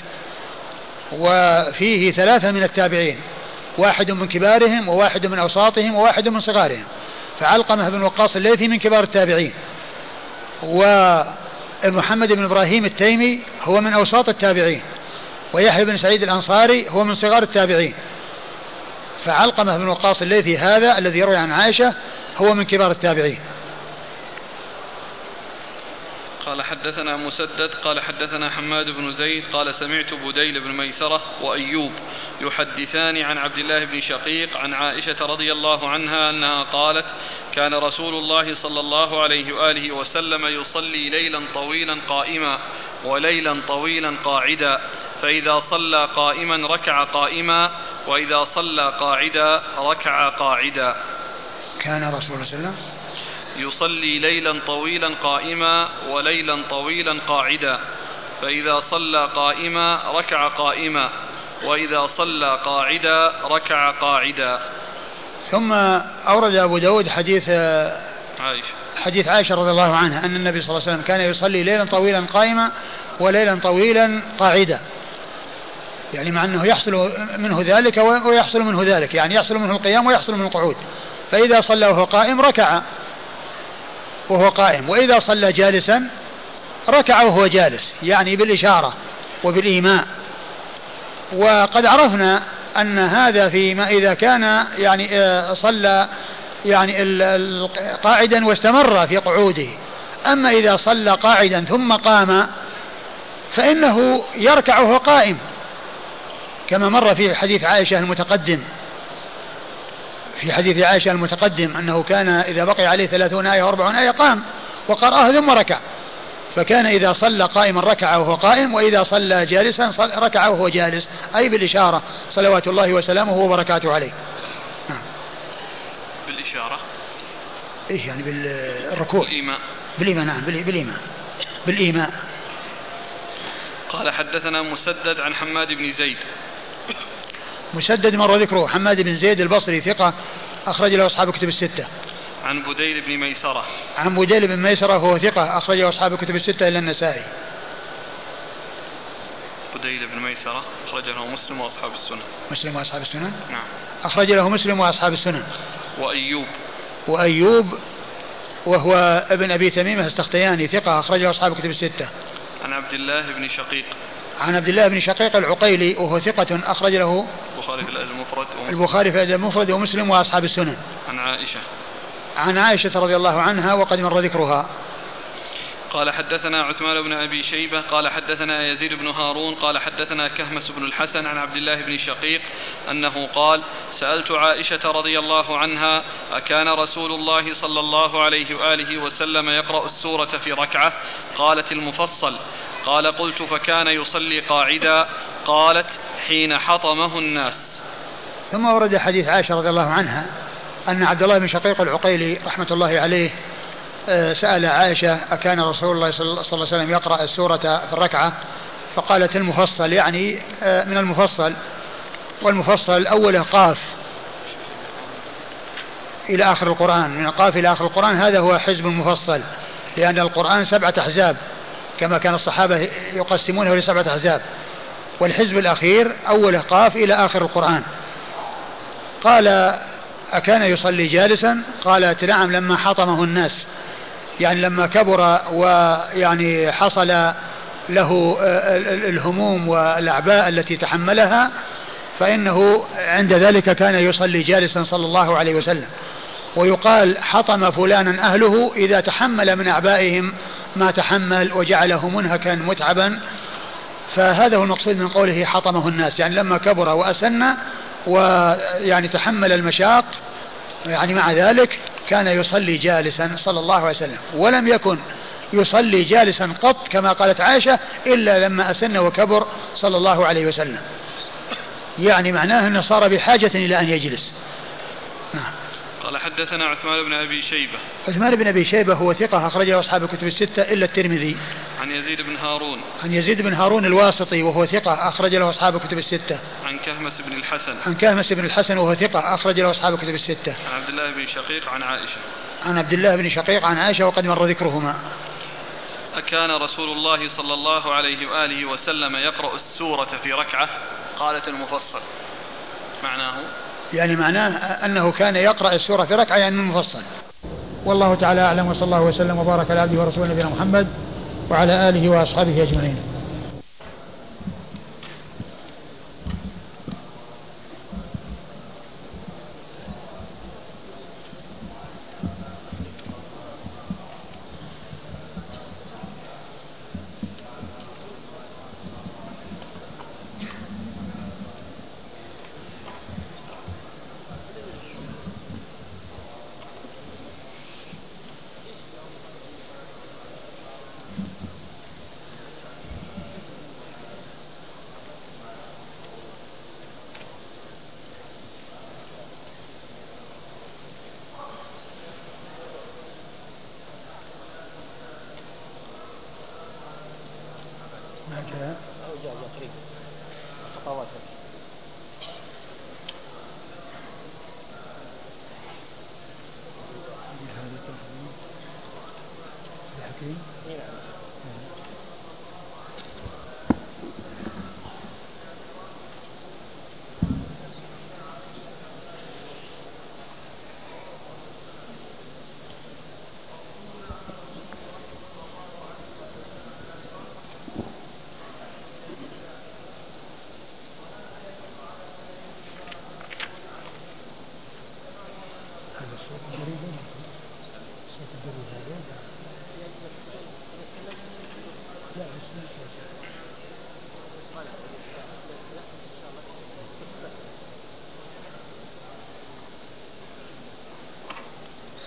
وفيه 3 من التابعين، واحد من كبارهم وواحد من أوساطهم وواحد من صغارهم، فعلقمة بن وقاص الليثي من كبار التابعين، ومحمد بن إبراهيم التيمي هو من أوساط التابعين، ويحيى بن سعيد الأنصاري هو من صغار التابعين، فعلقمة بن وقاص الليثي هذا الذي يروي عن عائشة هو من كبار التابعين. قال حدثنا مسدد قال حدثنا حماد بن زيد قال سمعت بديل بن ميسرة وأيوب يحدثان عن عبد الله بن شقيق عن عائشة رضي الله عنها أنها قالت كان رسول الله صلى الله عليه وآله وسلم يصلي ليلا طويلا قائما وليلا طويلا قاعدا، فإذا صلى قائما ركع قائما وإذا صلى قاعدا ركع قاعدا. كان رسول الله صلى الله عليه وسلم يصلي ليلا طويلا قائما وليلا طويلا قاعدا، فإذا صلى قائما ركع قائما وإذا صلى قاعدا ركع قاعدا. ثم أورد أبو داود حديث عائشة رضي الله عنها أن النبي صلى الله عليه وسلم كان يصلي ليلا طويلا قائما وليلا طويلا قاعدا، يعني مع أنه يحصل منه ذلك ويحصل منه ذلك، يعني يحصل منه القيام ويحصل منه القعود، فإذا صلى وهو قائم ركع وهو قائم، وإذا صلى جالسا ركع وهو جالس، يعني بالإشارة وبالإيماء. وقد عرفنا أن هذا فيما إذا كان يعني صلى يعني قاعدا واستمر في قعوده، أما إذا صلى قاعدا ثم قام فإنه يركع وهو قائم، كما مر في حديث عائشة المتقدم في حديث عائشة المتقدم أنه كان إذا بقي عليه 30 آية و40 آية قام وقرأها ثم ركع، فكان إذا صلى قائما ركع وهو قائم، وإذا صلى جالسا ركع وهو جالس، أي بالإشارة صلوات الله وسلامه وبركاته عليه. بالإشارة إيش يعني؟ بالركوع، بالإيمان. نعم بالإيمان. قال حدثنا مسدد عن حماد بن زيد. مسدد مر ذكره. حماد بن زيد البصري ثقة أخرج له أصحاب كتب الستة. عن بديل بن ميسرة. عن بديل بن ميسرة هو ثقة أخرج له أصحاب كتب الستة إلا النسائي. بديل بن ميسرة أخرج له مسلم وأصحاب السنن. مسلم وأصحاب السنن. نعم. أخرج له مسلم وأصحاب السنن. وأيوب وهو ابن أبي تميمة السختياني ثقة أخرج له أصحاب كتب الستة. عن عبد الله بن شقيق. عن عبد الله بن شقيق العقيلي وهو ثقة أخرج له البخاري في الأدب المفرد ومسلم وأصحاب السنن. عن عائشة رضي الله عنها وقد مر ذكرها. قال حدثنا عثمان بن أبي شيبة قال حدثنا يزيد بن هارون قال حدثنا كهمس بن الحسن عن عبد الله بن شقيق أنه قال سألت عائشة رضي الله عنها أكان رسول الله صلى الله عليه وآله وسلم يقرأ السورة في ركعة؟ قالت المفصل. قال قلت فكان يصلي قاعدا؟ قالت حين حطمه الناس. ثم ورد حديث عائشة رضي الله عنها أن عبد الله بن شقيق العقيلي رحمة الله عليه سأل عائشة أكان رسول الله صلى الله عليه وسلم يقرأ السورة في الركعة؟ فقالت المفصل، يعني من المفصل، والمفصل أوله قاف إلى آخر القرآن، من القاف إلى آخر القرآن هذا هو حزب المفصل، لأن القرآن 7 أحزاب كما كان الصحابة يقسمونه ل7 أحزاب، والحزب الأخير أوله قاف إلى آخر القرآن. قال أكان يصلي جالسا؟ قالت نعم لما حطمه الناس، يعني لما كبر ويعني حصل له الهموم والأعباء التي تحملها، فإنه عند ذلك كان يصلي جالسا صلى الله عليه وسلم. ويقال حطم فلانا أهله إذا تحمل من أعبائهم ما تحمل وجعله منهكا متعبا، فهذا هو المقصود من قوله حطمه الناس، يعني لما كبر وأسن ويعني تحمل المشاق، يعني مع ذلك كان يصلي جالسا صلى الله عليه وسلم، ولم يكن يصلي جالسا قط كما قالت عائشة إلا لما أسن وكبر صلى الله عليه وسلم، يعني معناه أنه صار بحاجة إلى أن يجلس. نعم. قال حدثنا عثمان بن أبي شيبة. عثمان بن أبي شيبة هو ثقة أخرجه أصحاب الكتب الستة إلا الترمذي. عن يزيد بن هارون. عن يزيد بن هارون الواسطي وهو ثقة أخرج له أصحاب الكتب الستة. عن كهمس بن الحسن. عن كهمس بن الحسن وهو ثقة أخرج له أصحاب الكتب الستة. عن عبد الله بن شقيق عن عائشة. عن عبد الله بن شقيق عن عائشة وقد مر ذكرهما. أكان رسول الله صلى الله عليه وآله وسلم يقرأ السورة في ركعة؟ قالت المفصل. معناه يعني معناه أنه كان يقرأ السورة في ركعة يعني المفصل. والله تعالى أعلم، وصلى الله وسلم وبارك على عبده ورسوله نبينا محمد وعلى آله وأصحابه أجمعين.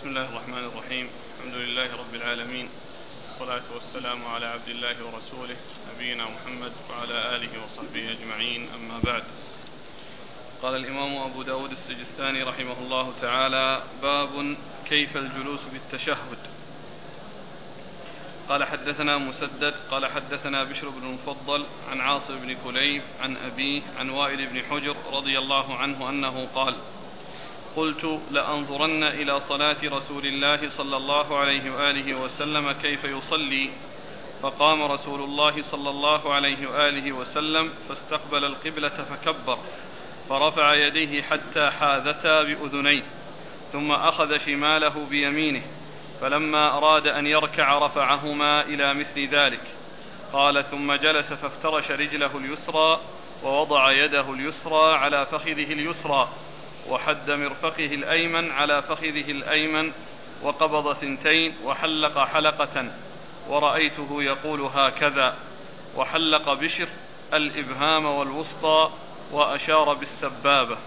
بسم الله الرحمن الرحيم. الحمد لله رب العالمين، والصلاة والسلام على عبد الله ورسوله نبينا محمد وعلى آله وصحبه أجمعين، أما بعد. قال الإمام أبو داود السجستاني رحمه الله تعالى: باب كيف الجلوس بالتشهد. قال حدثنا مسدد قال حدثنا بشر بن المفضل عن عاصم بن كليب عن أبيه عن وائل بن حجر رضي الله عنه أنه قال: قلت لأنظرن إلى صلاة رسول الله صلى الله عليه وآله وسلم كيف يصلي، فقام رسول الله صلى الله عليه وآله وسلم فاستقبل القبلة فكبر، فرفع يديه حتى حاذتا بأذنيه، ثم أخذ شماله بيمينه، فلما أراد أن يركع رفعهما إلى مثل ذلك. قال: ثم جلس فافترش رجله اليسرى ووضع يده اليسرى على فخذه اليسرى، وحد مرفقه الأيمن على فخذه الأيمن، وقبض ثنتين وحلق حلقة، ورأيته يقول هكذا. وحلق بشر الإبهام والوسطى وأشار بالسبابة.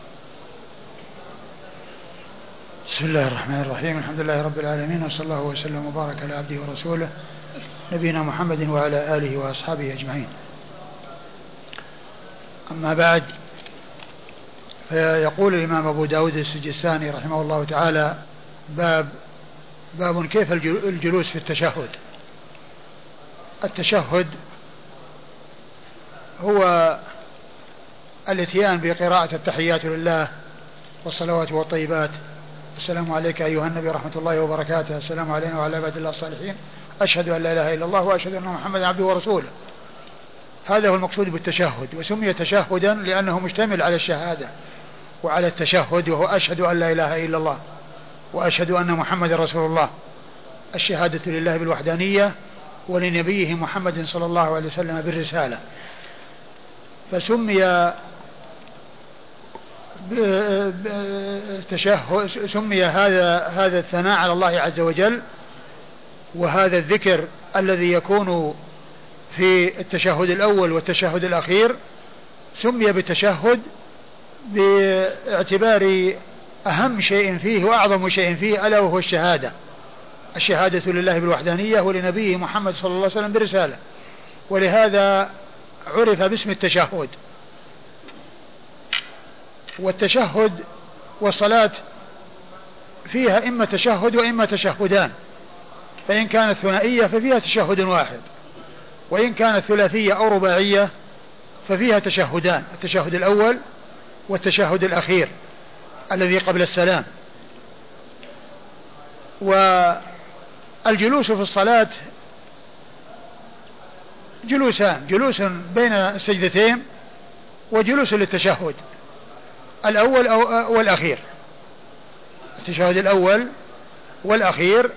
بسم الله الرحمن الرحيم. الحمد لله رب العالمين، وصلى الله وسلم وبارك على عبده ورسوله نبينا محمد وعلى آله وأصحابه أجمعين. أما بعد، فيقول الإمام أبو داود السجستاني رحمه الله تعالى: باب كيف الجلوس في التشهد. التشهد هو الاتيان بقراءة التحيات لله والصلوات والطيبات: السلام عليك أيها النبي ورحمة الله وبركاته، السلام علينا وعلى عباد الله الصالحين، أشهد أن لا إله إلا الله وأشهد أن محمدا عبده ورسوله. هذا هو المقصود بالتشهد، وسمي تشهدا لأنه مشتمل على الشهادة وعلى التشهد، وهو أشهد أن لا إله إلا الله وأشهد أن محمدا رسول الله، الشهادة لله بالوحدانية ولنبيه محمد صلى الله عليه وسلم بالرسالة. فسمي سمي هذا الثناء على الله عز وجل، وهذا الذكر الذي يكون في التشهد الأول والتشهد الأخير سمي بالتشهد باعتبار أهم شيء فيه وأعظم شيء فيه، ألا وهو الشهادة لله بالوحدانية ولنبيه محمد صلى الله عليه وسلم برسالة، ولهذا عرف باسم التشهد. والتشهد والصلاة فيها إما تشهد وإما تشهدان، فإن كانت ثنائية ففيها تشهد واحد، وإن كانت ثلاثية أو رباعية ففيها تشهدان: التشهد الأول والتشهد الأخير الذي قبل السلام. والجلوس في الصلاة جلوسان: جلوس بين السجدتين، وجلوس للتشهد الأول والأخير. التشهد الأول والأخير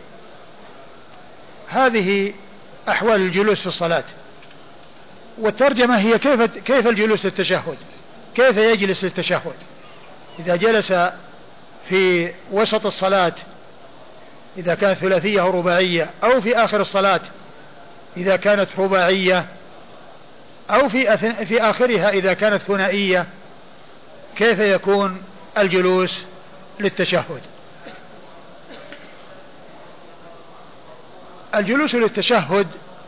هذه أحوال الجلوس في الصلاة. والترجمة هي كيف الجلوس للتشهد، كيف يجلس للتشهد إذا جلس في وسط الصلاة إذا كانت ثلاثية أو رباعية، أو في آخر الصلاة إذا كانت رباعية، أو في آخرها إذا كانت ثنائية، كيف يكون الجلوس للتشهد. الجلوس للتشهد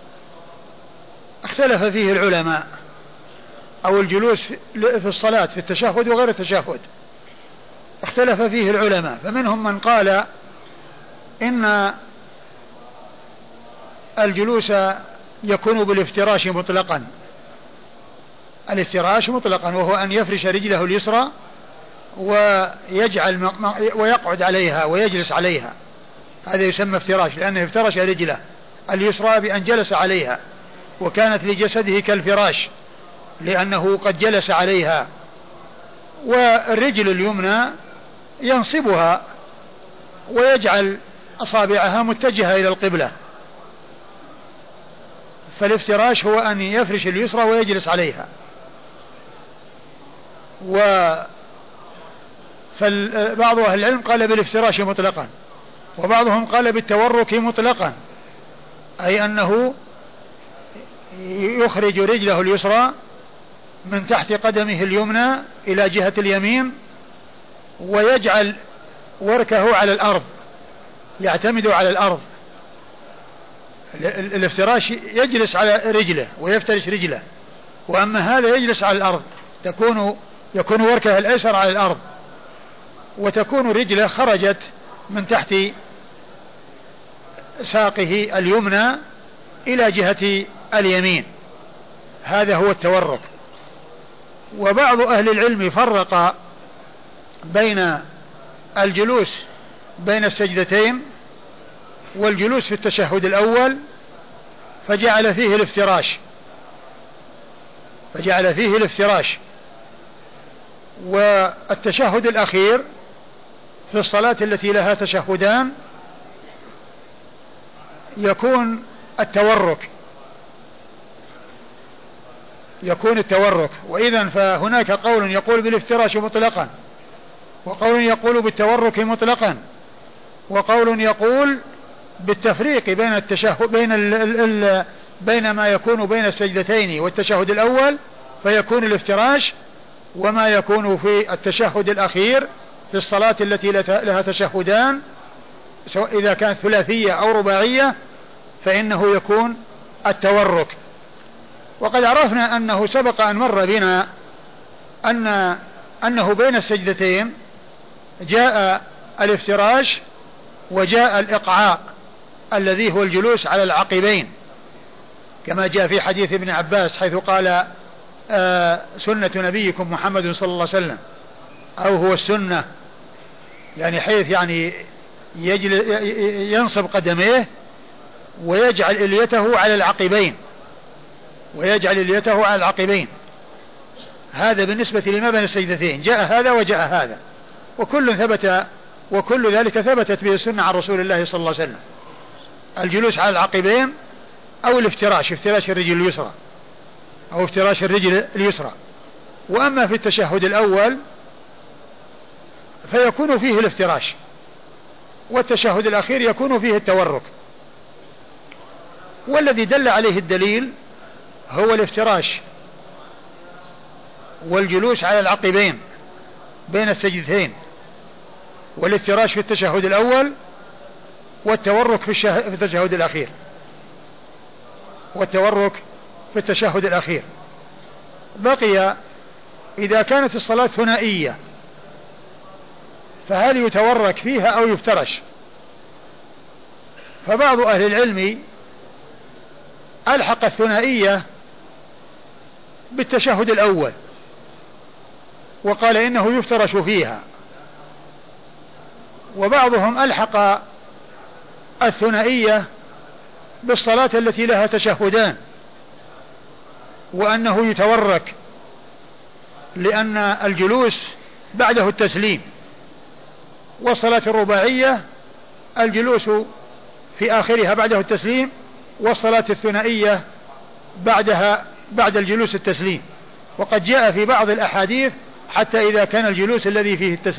اختلف فيه العلماء، أو الجلوس في الصلاة في التشهد وغير التشهد اختلف فيه العلماء. فمنهم من قال إن الجلوس يكون بالافتراش مطلقا، الافتراش مطلقا، وهو أن يفرش رجله اليسرى ويقعد عليها ويجلس عليها، هذا يسمى افتراش، لأنه افترش رجله اليسرى بأن جلس عليها، وكانت لجسده كالفراش لأنه قد جلس عليها. والرجل اليمنى ينصبها ويجعل أصابعها متجهة إلى القبلة. فالافتراش هو أن يفرش اليسرى ويجلس عليها. فبعض أهل العلم قال بالافتراش مطلقا، وبعضهم قال بالتورك مطلقا، أي أنه يخرج رجله اليسرى من تحت قدمه اليمنى إلى جهة اليمين، ويجعل وركه على الأرض يعتمد على الأرض. الافتراش يجلس على رجله ويفترش رجله، وأما هذا يجلس على الأرض، يكون وركه الأيسر على الأرض، وتكون رجله خرجت من تحت ساقه اليمنى إلى جهة اليمين. هذا هو التورك. وبعض أهل العلم فرق بين الجلوس بين السجدتين والجلوس في التشهد الأول، فجعل فيه الافتراش. والتشهد الأخير في الصلاة التي لها تشهدان يكون التورك. وإذن فهناك قول يقول بالافتراش مطلقا، وقول يقول بالتورك مطلقا، وقول يقول بالتفريق بين التشهد بين ما يكون بين السجدتين والتشهد الأول فيكون الافتراش، وما يكون في التشهد الأخير في الصلاة التي لها تشهدان سواء إذا كانت ثلاثية أو رباعية فإنه يكون التورك. وقد عرفنا أنه سبق أن مر بنا أنه بين السجدتين جاء الافتراش وجاء الإقعاء الذي هو الجلوس على العقبين، كما جاء في حديث ابن عباس حيث قال سنة نبيكم محمد صلى الله عليه وسلم، أو هو السنة، يعني حيث يعني ينصب قدميه ويجعل إليته على العقبين. هذا بالنسبة لما بين السجدتين، جاء هذا وجاء هذا، وكل ذلك ثبتت به السنة عن رسول الله صلى الله عليه وسلم، الجلوس على العقبين أو افتراش الرجل اليسرى أو افتراش الرجل اليسرى. وأما في التشهد الأول فيكون فيه الافتراش، والتشهد الأخير يكون فيه التورك. والذي دل عليه الدليل هو الافتراش والجلوس على العقبين بين السجدتين، والافتراش في التشهد الأول، والتورك في التشهد الأخير. بقي إذا كانت الصلاة ثنائية فهل يتورك فيها أو يفترش؟ فبعض أهل العلم ألحق الثنائية بالتشهد الأول وقال إنه يفترش فيها، وبعضهم ألحق الثنائية بالصلاة التي لها تشهدان وأنه يتورك، لأن الجلوس بعده التسليم، والصلاة الرباعية الجلوس في آخرها بعده التسليم، والصلاة الثنائية بعد الجلوس التسليم. وقد جاء في بعض الأحاديث حتى إذا كان الجلوس الذي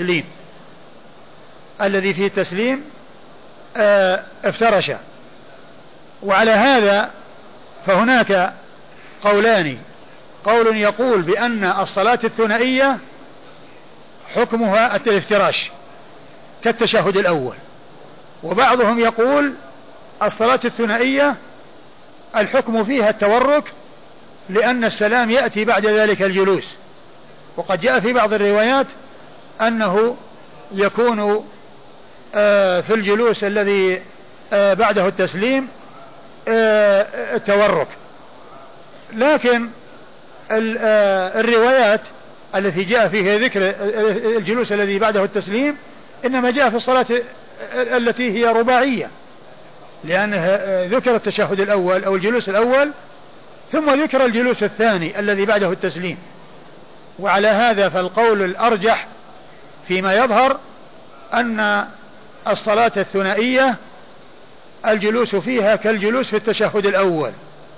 فيه التسليم افترش. وعلى هذا فهناك قولان، قول يقول بأن الصلاة الثنائية حكمها الافتراش كالتشهد الأول، وبعضهم يقول الصلاة الثنائية الحكم فيها التورك لأن السلام يأتي بعد ذلك الجلوس. وقد جاء في بعض الروايات أنه يكون في الجلوس الذي بعده التسليم التورك، لكن الروايات التي جاء فيها ذكر الجلوس الذي بعده التسليم إنما جاء في الصلاة التي هي رباعية، لأنها ذكر التشهد الأول أو الجلوس الأول ثم ذكر الجلوس الثاني الذي بعده التسليم. وعلى هذا فالقول الأرجح فيما يظهر أن الصلاة الثنائية الجلوس فيها كالجلوس في التشهد الأول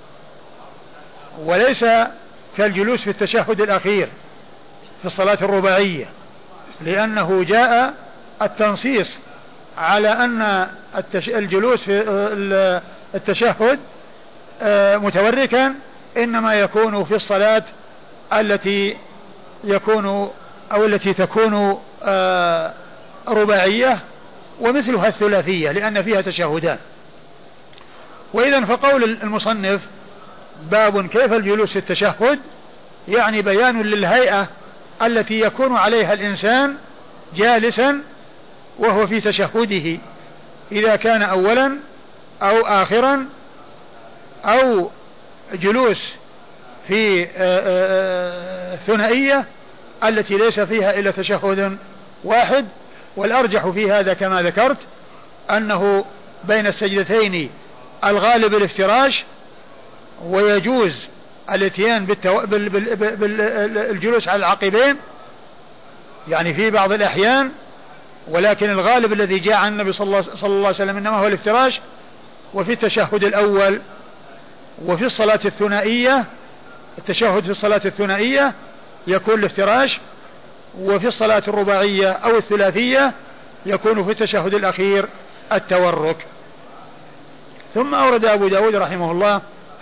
وليس كالجلوس في التشهد الأخير في الصلاة الرباعية، لأنه جاء التنصيص على أن الجلوس في التشهد متوركا إنما يكون في الصلاة التي تكون رباعية ومثلها الثلاثية لأن فيها تشهدان. وإذا فقول المصنف باب كيف الجلوس في التشهد يعني بيان للهيئة التي يكون عليها الإنسان جالسا وهو في تشهده، إذا كان أولا أو آخرا أو جلوس في ثنائية التي ليس فيها إلا تشهد واحد. والأرجح في هذا كما ذكرت أنه بين السجدتين الغالب الافتراش، ويجوز الاتيان بالجلوس على العقبين يعني في بعض الأحيان، ولكن الغالب الذي جاء عن النبي صلى الله عليه وسلم إنما هو الافتراش. وفي التشهد الأول وفي الصلاة الثنائية، التشهد في الصلاة الثنائية يكون الافتراش، وفي الصلاة الرباعية أو الثلاثية يكون في التشهد الأخير التورك. ثم أورد أبو داود رحمه الله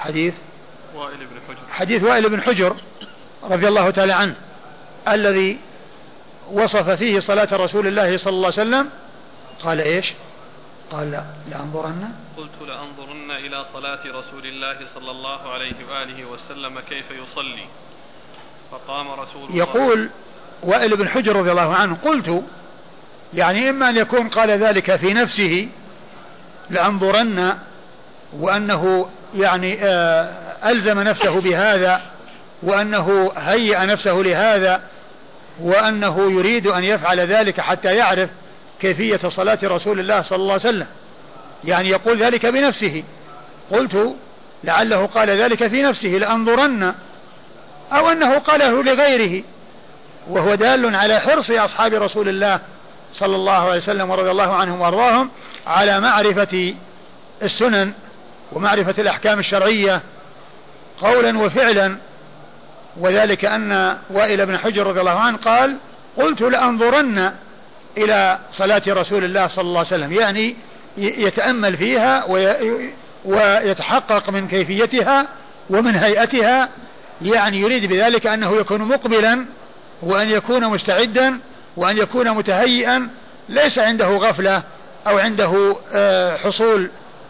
حديث وائل بن حجر رضي الله تعالى عنه الذي وصف فيه صلاة رسول الله صلى الله عليه وسلم. قال إيش؟ قال لأنظرن، قلت لأنظرن إلى صلاة رسول الله صلى الله عليه وآله وسلم كيف يصلي، فقام رسول الله. يقول وائل بن حجر رضي الله عنه قلت، يعني إما أن يكون قال ذلك في نفسه لأنظرن، وأنه يعني ألزم نفسه بهذا، وأنه هيأ نفسه لهذا، وأنه يريد أن يفعل ذلك حتى يعرف كيفية صلاة رسول الله صلى الله عليه وسلم، يعني يقول ذلك بنفسه. قلت لعله قال ذلك في نفسه لأنظرن، أو أنه قاله لغيره، وهو دال على حرص أصحاب رسول الله صلى الله عليه وسلم ورضي الله عنهم وارضاهم على معرفة السنن ومعرفة الأحكام الشرعية قولا وفعلا. وذلك أن وائل بن حجر رضي الله عنه قال قلت لأنظرن إلى صلاة رسول الله صلى الله عليه وسلم، يعني يتأمل فيها ويتحقق من كيفيتها ومن هيئتها، يعني يريد بذلك أنه يكون مقبلا وأن يكون مستعدا وأن يكون متهيئا، ليس عنده غفلة أو عنده حصول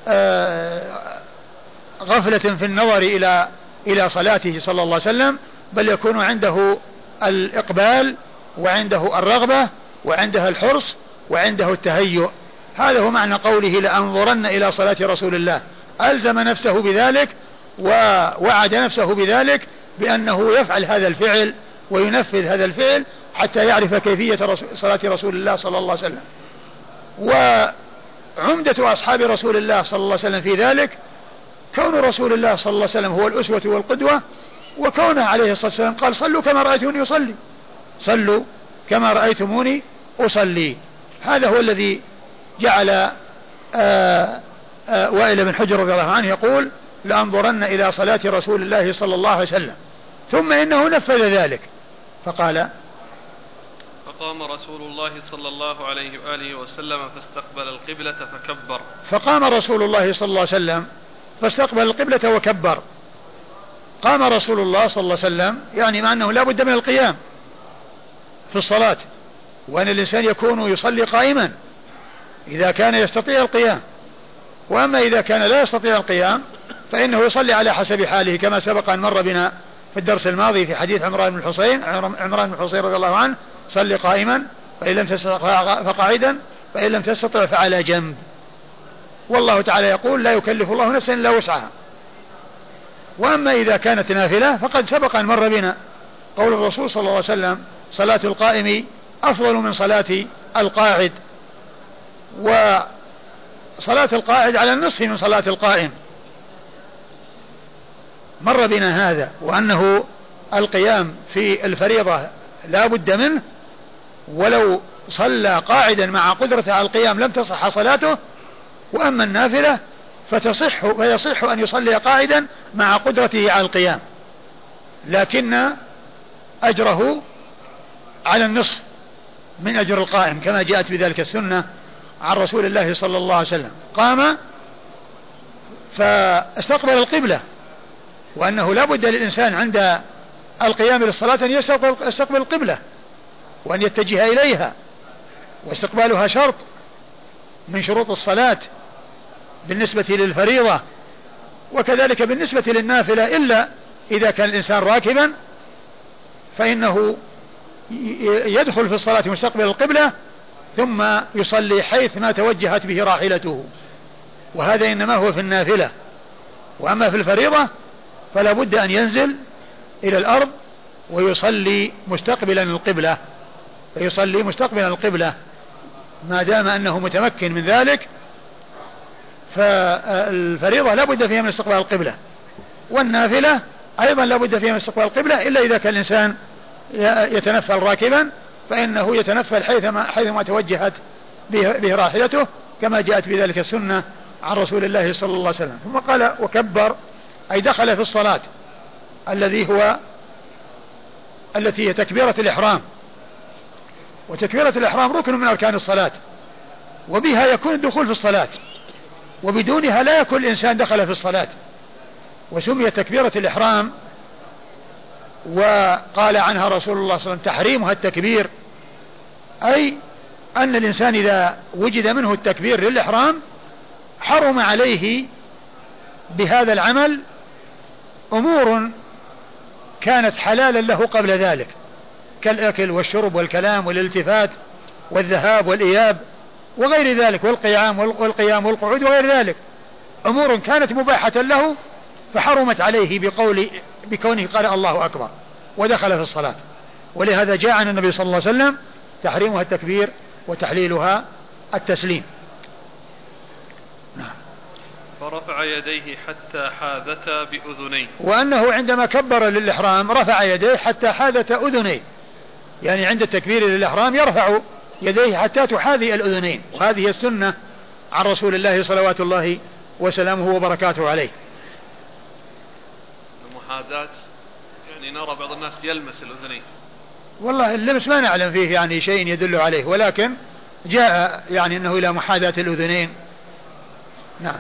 غفلة في النظر إلى صلاته صلى الله عليه وسلم، بل يكون عنده الإقبال وعنده الرغبة وعنده الحرص وعنده التهيؤ. هذا هو معنى قوله لأنظرن إلى صلاة رسول الله، ألزم نفسه بذلك ووعد نفسه بذلك بأنه يفعل هذا الفعل وينفذ هذا الفعل حتى يعرف كيفية صلاة رسول الله صلى الله عليه وسلم. وعمدة أصحاب رسول الله صلى الله عليه وسلم في ذلك كون رسول الله صلى الله عليه وسلم هو الأسوة والقدوة، وكونه عليه الصلاة والسلام قال صلوا كما رأيتموني أصلي، صلوا كما رأيتموني أصلي. هذا هو الذي جعل وائل بن حجر رضي الله عنه يقول لأنظرن إلى صلاة رسول الله صلى الله عليه وسلم، ثم إنه نفذ ذلك فقال فقام رسول الله صلى الله عليه وآله وسلم فاستقبل القبلة فكبر. فقام رسول الله صلى الله عليه وسلم فاستقبل القبلة وكبر. قام رسول الله صلى الله عليه وسلم يعني مع أنه لا بد من القيام في الصلاة، وأن الإنسان يكون يصلي قائما إذا كان يستطيع القيام، وأما إذا كان لا يستطيع القيام فإنه يصلي على حسب حاله، كما سبق أن مر بنا في الدرس الماضي في حديث عمران بن حصين رضي الله عنه صلي قائما فإن لم تستطع فقاعدا فإن لم تستطع فعلى جنب. والله تعالى يقول لا يكلف الله نفسا إلا وسعها. وأما إذا كانت نافلة فقد سبق أن مر بنا قول الرسول صلى الله عليه وسلم صلاة القائم أفضل من صلاة القاعد، وصلاة القاعد على النصف من صلاة القائم، مر بنا هذا، وأنه القيام في الفريضة لا بد منه، ولو صلى قاعدا مع قدرته على القيام لم تصح صلاته. وأما النافلة فيصح أن يصلي قاعدا مع قدرته على القيام، لكن أجره على النصف من أجر القائم كما جاءت بذلك السنة عن رسول الله صلى الله عليه وسلم. قام فاستقبل القبلة، وأنه لا بد للإنسان عند القيام للصلاة أن يستقبل القبلة وأن يتجه إليها، واستقبالها شرط، من شروط الصلاة بالنسبة للفريضة، وكذلك بالنسبة للنافلة، إلا إذا كان الإنسان راكبا فإنه يدخل في الصلاة مستقبل القبلة ثم يصلي حيث ما توجهت به راحلته، وهذا إنما هو في النافلة. وأما في الفريضة فلا بد أن ينزل إلى الأرض ويصلي مستقبلا القبلة، فيصلي مستقبلا القبلة ما دام أنه متمكن من ذلك. فالفريضة لا بد فيها من استقبال القبلة، والنافلة أيضا لا بد فيها من استقبال القبلة، إلا إذا كان الإنسان يتنفل راكبا فإنه يتنفل حيثما توجهت به راحلته، كما جاءت بذلك السنة عن رسول الله صلى الله عليه وسلم. ثم قال وكبر، أي دخل في الصلاة التي هي تكبيرة الإحرام، وتكبيرة الإحرام ركن من أركان الصلاة، وبها يكون الدخول في الصلاة، وبدونها لا يكون الإنسان دخل في الصلاة. وسمي تكبيرة الإحرام وقال عنها رسول الله صلى الله عليه وسلم تحريمها التكبير، أي أن الإنسان إذا وجد منه التكبير للإحرام حرم عليه بهذا العمل أمور كانت حلالا له قبل ذلك، كالأكل والشرب والكلام والالتفات والذهاب والإياب وغير ذلك، والقيام والقعود وغير ذلك، أمور كانت مباحة له فحرمت عليه بكونه قال الله أكبر ودخل في الصلاة. ولهذا جاء عن النبي صلى الله عليه وسلم تحريمها التكبير وتحليلها التسليم. نعم. فرفع يديه حتى حاذتا بأذنيه، وأنه عندما كبر للإحرام رفع يديه حتى حاذتا أذنيه، يعني عند التكبير للإحرام يرفع يديه حتى تحاذي الأذنين، وهذه السنة عن رسول الله صلوات الله وسلامه وبركاته عليه. المحاذاة يعني نرى بعض الناس يلمس الأذنين، والله اللمس ما نعلم فيه يعني شيء يدل عليه، ولكن جاء يعني أنه إلى محاذاة الأذنين. نعم.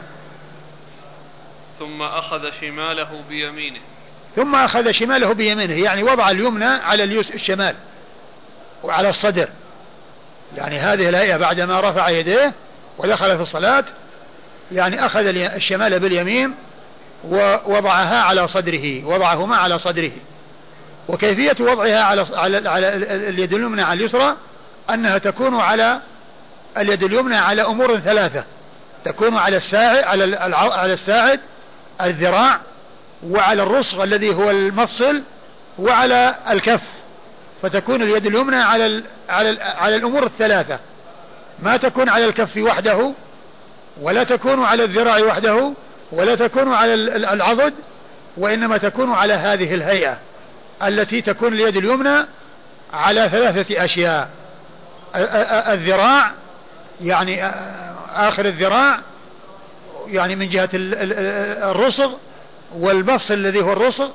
ثم أخذ شماله بيمينه، ثم أخذ شماله بيمينه، يعني وضع اليمنى على الشمال وعلى الصدر، يعني هذه الهيئة بعدما رفع يديه ودخل في الصلاة، يعني أخذ الشمال باليمين ووضعها على صدره، وضعهما على صدره. وكيفية وضعها على اليد اليمنى على اليسرى أنها تكون على اليد اليمنى على أمور ثلاثة، تكون على الساعد الذراع، وعلى الرسغ الذي هو المفصل، وعلى الكف. فتكون اليد اليمنى على الأمور الثلاثة، ما تكون على الكف وحده، ولا تكون على الذراع وحده، ولا تكون على العضد، وإنما تكون على هذه الهيئة التي تكون اليد اليمنى على ثلاثة أشياء: الذراع يعني آخر الذراع يعني من جهة الرسغ، والمفصل الذي هو الرسغ،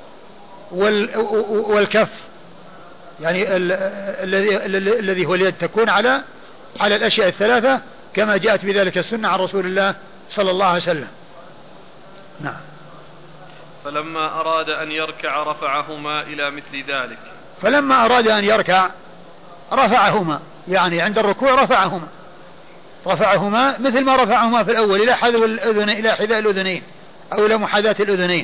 والكف يعني الذي هو اليد، تكون على الأشياء الثلاثة كما جاءت بذلك السنة عن رسول الله صلى الله عليه وسلم. نعم. فلما أراد أن يركع رفعهما إلى مثل ذلك، فلما أراد أن يركع رفعهما، يعني عند الركوع رفعهما مثل ما رفعهما في الأول إلى حذاء الأذنين أو إلى محاذاة الأذنين.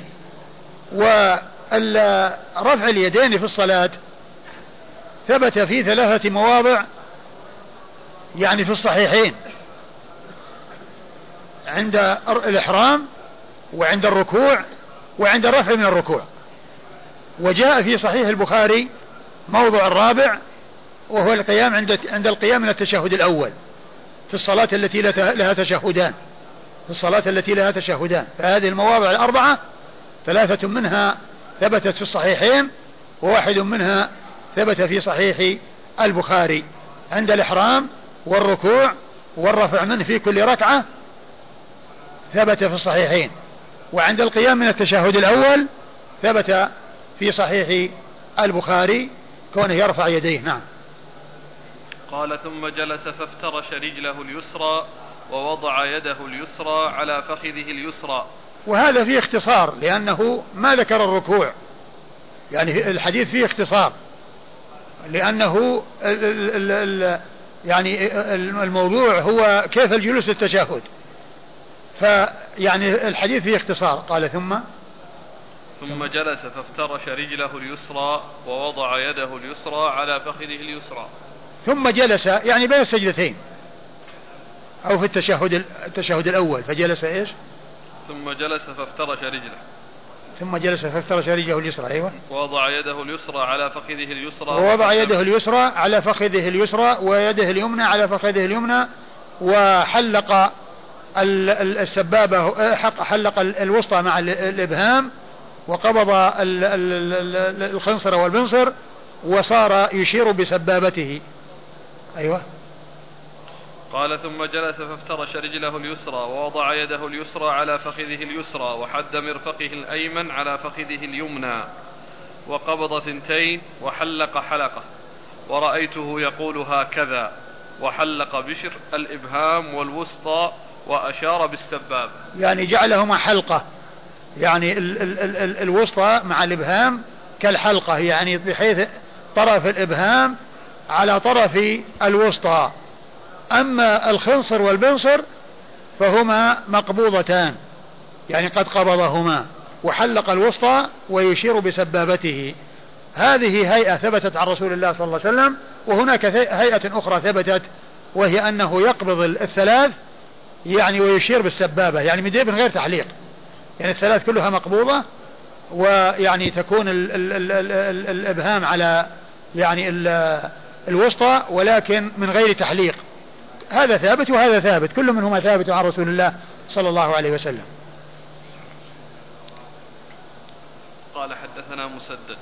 ورفع اليدين في الصلاة ثبت في 3 مواضع يعني في الصحيحين: عند الإحرام، وعند الركوع، وعند الرفع من الركوع. وجاء في صحيح البخاري موضع الرابع، وهو القيام عند القيام من التشهد الأول في الصلاة التي لها تشهدان. فهذه المواضع الأربعة 3 منها ثبتت في الصحيحين، وواحد منها ثبت في صحيح البخاري: عند الإحرام والركوع والرفع منه في كل ركعة ثبت في الصحيحين، وعند القيام من التشهد الأول ثبت في صحيح البخاري كونه يرفع يديه. نعم. قال: ثم جلس فافترش رجله اليسرى ووضع يده اليسرى على فخذه اليسرى. وهذا فيه اختصار، لأنه ما ذكر الركوع، يعني الحديث فيه اختصار، لأنه يعني الموضوع هو كيف الجلوس التشهد، فيعني الحديث فيه اختصار. قال ثم جلس فافترش رجله اليسرى ووضع يده اليسرى على فخذه اليسرى. ثم جلس يعني بين السجدتين أو في التشهد الأول، فجلس إيش؟ ثم جلس فافترش رجله. ثم جلس فافترش رجله اليسرى. أيوة. ووضع يده اليسرى على فخذه اليسرى. ووضع يده اليسرى على فخذه اليسرى ويده اليمنى على فخذه اليمنى، وحلق السبابة، حلق الوسطى مع الإبهام، وقبض الخنصر والبنصر، وصار يشير بسبابته. أيوة. قال ثم جلس فافترش رجله اليسرى ووضع يده اليسرى على فخذه اليسرى وحد مرفقه الأيمن على فخذه اليمنى وقبض ثنتين وحلق حلقة، ورأيته يقول هكذا، وحلق بشر الإبهام والوسطى وأشار بالسباب. يعني جعلهما حلقة، يعني الوسطى مع الإبهام كالحلقة، يعني بحيث طرف الإبهام على طرف الوسطى. أما الخنصر والبنصر فهما مقبوضتان، يعني قد قبضهما، وحلق الوسطى ويشير بسبابته. هذه هيئة ثبتت عن رسول الله صلى الله عليه وسلم. وهناك هيئة أخرى ثبتت، وهي أنه يقبض الثلاث يعني ويشير بالسبابة، يعني من غير تحليق، يعني الثلاث كلها مقبوضة، ويعني تكون الإبهام على يعني الوسطى ولكن من غير تحليق. هذا ثابت وهذا ثابت، كل منهما ثابت عن رسول الله صلى الله عليه وسلم. قال حدثنا مسدد.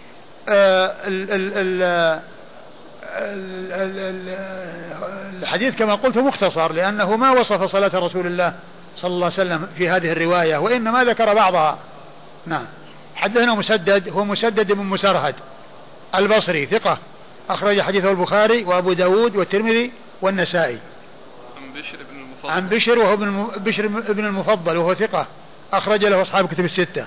الحديث كما قلت مختصر، لأنه ما وصف صلاة رسول الله صلى الله عليه وسلم في هذه الرواية، وإنما ذكر بعضها. نعم. حدثنا مسدد، هو مسدد بن مسرهد البصري، ثقة، أخرج حديثه البخاري وأبو داود والترمذي والنسائي. عن بشر وهو بشر بن المفضل وهو ثقة، أخرج له أصحاب كتب الستة.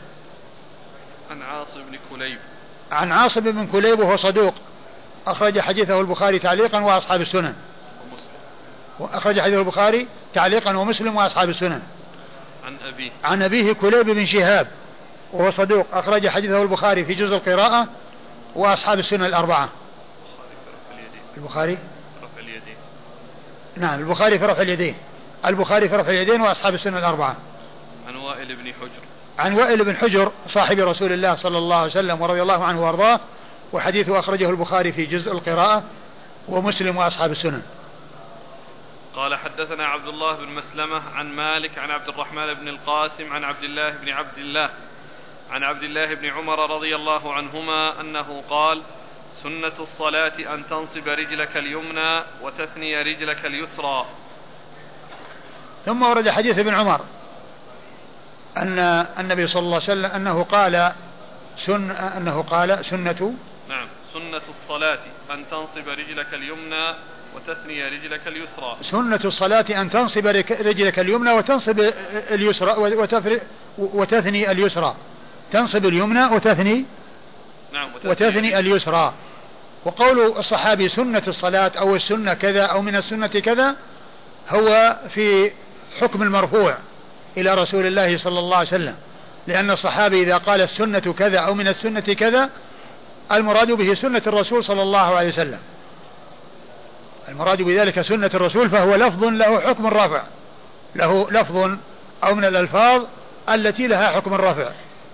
عن عاصم بن كليب وهو صدوق، أخرج حديثه البخاري تعليقا وأصحاب السنن. وأخرج حديثه البخاري تعليقا ومسلم وأصحاب السنن. عن أبيه كليب بن شهاب وهو صدوق، أخرج حديثه البخاري في جزء القراءة وأصحاب السنن الأربعة. البخاري رفع اليدين. نعم، البخاري في رفع اليدين، البخاري في رفع اليدين وأصحاب السنن الأربعة. عن وائل بن حجر. عن وائل بن حجر صاحب رسول الله صلى الله عليه وسلم ورضي الله عنه وارضاه، وحديثه أخرجه البخاري في جزء القراءة ومسلم وأصحاب السنن. قال حدثنا عبد الله بن مسلمة عن مالك عن عبد الرحمن بن القاسم عن عبد الله عن عبد الله بن عمر رضي الله عنهما أنه قال: سنة الصلاة أن تنصب رجلك اليمنى وتثني رجلك اليسرى. ثم ورد حديث ابن عمر أن النبي صلى الله عليه وسلم أنه قال سنة الصلاة أن تنصب رجلك اليمنى وتثني رجلك اليسرى. سنة الصلاة أن تنصب رجلك اليمنى وتنصب اليسرى وتثني اليسرى. تنصب اليمنى وتثني اليسرى. وقول الصحابي سنة الصلاة أو السنة كذا أو من السنة كذا هو في حكم المرفوع إلى رسول الله صلى الله عليه وسلم، لأن الصحابي إذا قال السنة كذا أو من السنة كذا المراد به سنة الرسول صلى الله عليه وسلم، المراد بذلك سنة الرسول، فهو لفظ له حكم الرفع، له لفظ أو من الألفاظ التي لها حكم الرفع.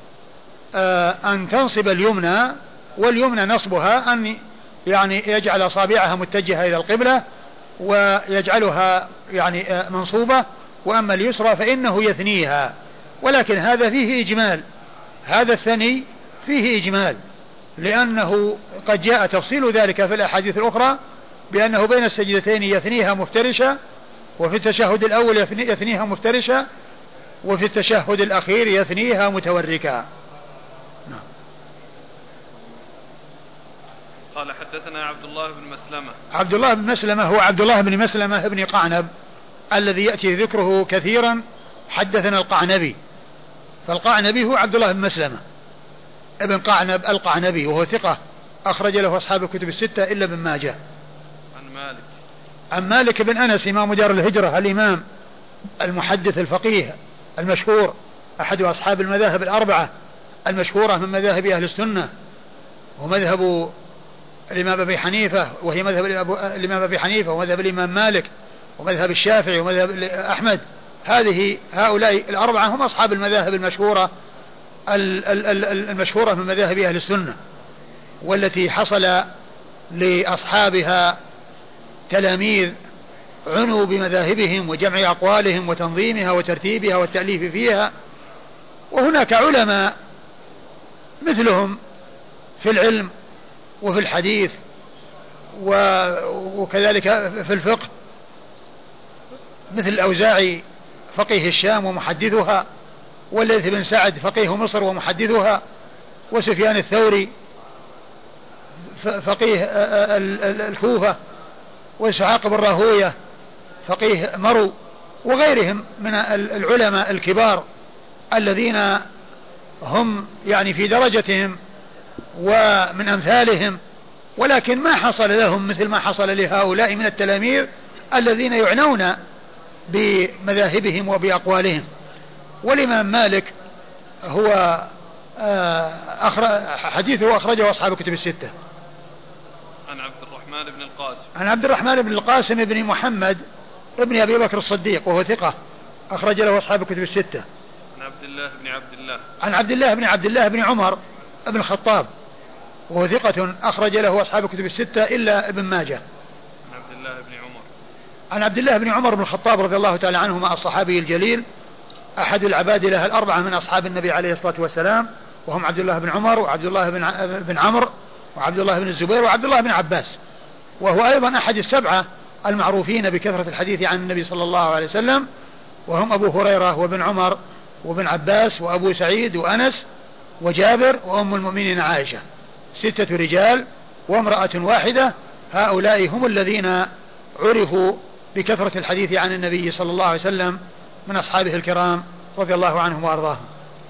أن تنصب اليمنى، واليمنى نصبها أن يعني يجعل أصابعها متجهة إلى القبلة ويجعلها يعني منصوبة، وأما اليسرى فإنه يثنيها، ولكن هذا فيه إجمال، هذا الثني فيه إجمال، لأنه قد جاء تفصيل ذلك في الأحاديث الأخرى بأنه بين السجدتين يثنيها مفترشة، وفي التشهد الأول يثنيها مفترشة، وفي التشهد الأخير يثنيها متوركة. قال حدثنا عبد الله بن مسلمة. عبد الله بن مسلمة هو عبد الله بن مسلمة بن قعنب الذي يأتي ذكره كثيرا. حدثنا القعنبي، فالقعنبي هو عبد الله بن مسلمة ابن قعنب القعنبي، وهو ثقة، أخرج له أصحاب الكتب الستة إلا ابن ماجه. عن مالك بن أنس إمام دار الهجرة الإمام المحدث الفقيه المشهور أحد أصحاب المذاهب الأربعة المشهورة من مذاهب أهل السنة، ومذهب الإمام أبي حنيفة وهي مذهب الإمام أبي حنيفة، ومذهب الإمام مالك، ومذهب الشافعي، ومذهب أحمد. هؤلاء الأربعة هم أصحاب المذاهب المشهورة من مذاهب أهل السنة، والتي حصل لأصحابها تلاميذ عنوا بمذاهبهم وجمع أقوالهم وتنظيمها وترتيبها والتأليف فيها. وهناك علماء مثلهم في العلم وفي الحديث وكذلك في الفقه، مثل الأوزاعي فقيه الشام ومحدثها، والليث بن سعد فقيه مصر ومحدثها، وسفيان الثوري فقيه الكوفة، وإسحاق بن راهوية فقيه مرو، وغيرهم من العلماء الكبار الذين هم يعني في درجتهم ومن أمثالهم، ولكن ما حصل لهم مثل ما حصل لهؤلاء من التلاميذ الذين يعنون بمذاهبهم وبأقوالهم. والإمام مالك هو حديثه أخرجه أصحاب الكتب الستة. عن عبد الرحمن بن القاسم. عن عبد الرحمن بن القاسم بن محمد ابن أبي بكر الصديق وهو ثقة أخرج له أصحاب الكتب الستة. عن عبد الله بن عبد الله. عن عبد الله بن عمر بن الخطاب وهو ثقة أخرج له أصحاب الكتب الستة إلا ابن ماجه. عن عبد الله بن عمر. عن عبد الله بن عمر بن الخطاب رضي الله تعالى عنهما الصحابي الجليل أحد العبادلة الأربعة من أصحاب النبي عليه الصلاة والسلام، وهم عبد الله بن عمر وعبد الله بن عمرو وعبد الله بن الزبير وعبد الله بن عباس، وهو أيضا أحد السبعة المعروفين بكثرة الحديث عن النبي صلى الله عليه وسلم، وهم أبو هريرة وابن عمر وابن عباس وأبو سعيد وأنس وجابر وأم المؤمنين عائشة، 6 رجال وامرأة واحدة. هؤلاء هم الذين عرفوا بكثرة الحديث عن النبي صلى الله عليه وسلم من أصحابه الكرام رضي الله عنهم وأرضاهم.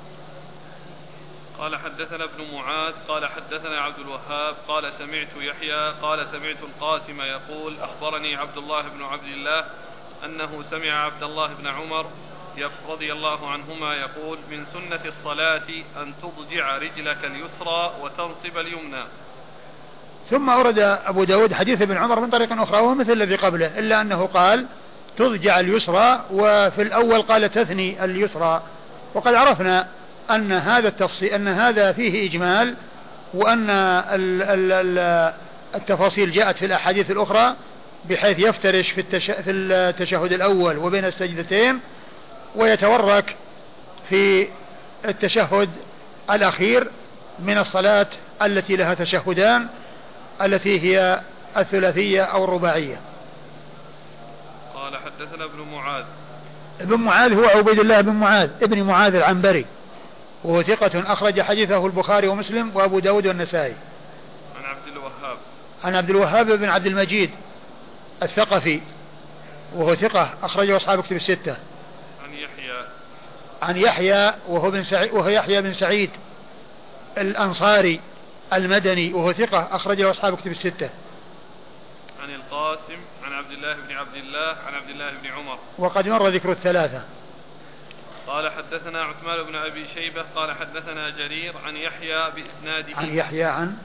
قال حدثنا ابن معاذ قال حدثنا عبد الوهاب قال سمعت يحيى قال سمعت القاسم يقول أخبرني عبد الله بن عبد الله أنه سمع عبد الله بن عمر رضي الله عنهما يقول من سنة الصلاة أن تضجع رجلك اليسرى وتنصب اليمنى. ثم أورد أبو داود حديث ابن عمر من طريق أخرى وهو مثل الذي قبله، إلا أنه قال تضجع اليسرى، وفي الأول قال تثني اليسرى. وقد عرفنا أن هذا التفصيل أن هذا فيه إجمال، وأن التفاصيل جاءت في الأحاديث الأخرى بحيث يفترش في التشهد الأول وبين السجدتين، ويتورك في التشهد الأخير من الصلاة التي لها تشهدان التي هي الثلاثية أو الرباعية. قال حدثنا ابن معاذ. ابن معاذ هو عبيد الله بن معاذ ابن معاذ العنبري، وهو ثقة أخرج حديثه البخاري ومسلم وأبو داود والنسائي. عن عبد الوهاب. عن عبد الوهاب بن عبد المجيد الثقفي وهو ثقة أخرجه أصحاب كتب الستة. عن يحيى وهو يحيى بن سعيد الأنصاري المدني وهو ثقة أخرجه أصحاب كتب الستة. عن القاسم عن عبد الله بن عبد الله عن عبد الله بن عمر وقد مر ذكر الثلاثة. قال حدثنا عثمان بن أبي شيبة قال حدثنا جرير عن يحيى بإسناده. عن يحيى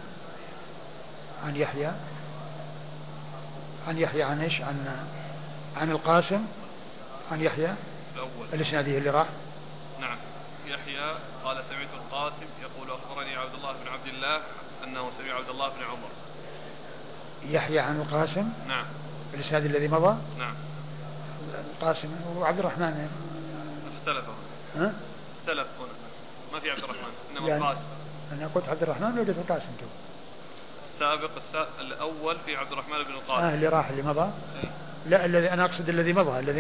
عن ايش؟ عن القاسم عن يحيى الأول الإسنادي اللي راح. نعم. يحيى قال سمعت القاسم يقول أخبرني عبد الله بن عبد الله أنه سمع عبد الله بن عمر. يحيى عن القاسم. نعم. الإسناد الذي مضى. نعم. القاسم وعبد الرحمن السلف. ها؟ السلف هنا ما في عبد الرحمن إنما يعني القاسم. أنا قلت عبد الرحمن وجدت القاسم تو. السابق الأول في عبد الرحمن بن القاسم. اللي راح اللي مضى. إيه؟ لا الذي أنا أقصد الذي مضى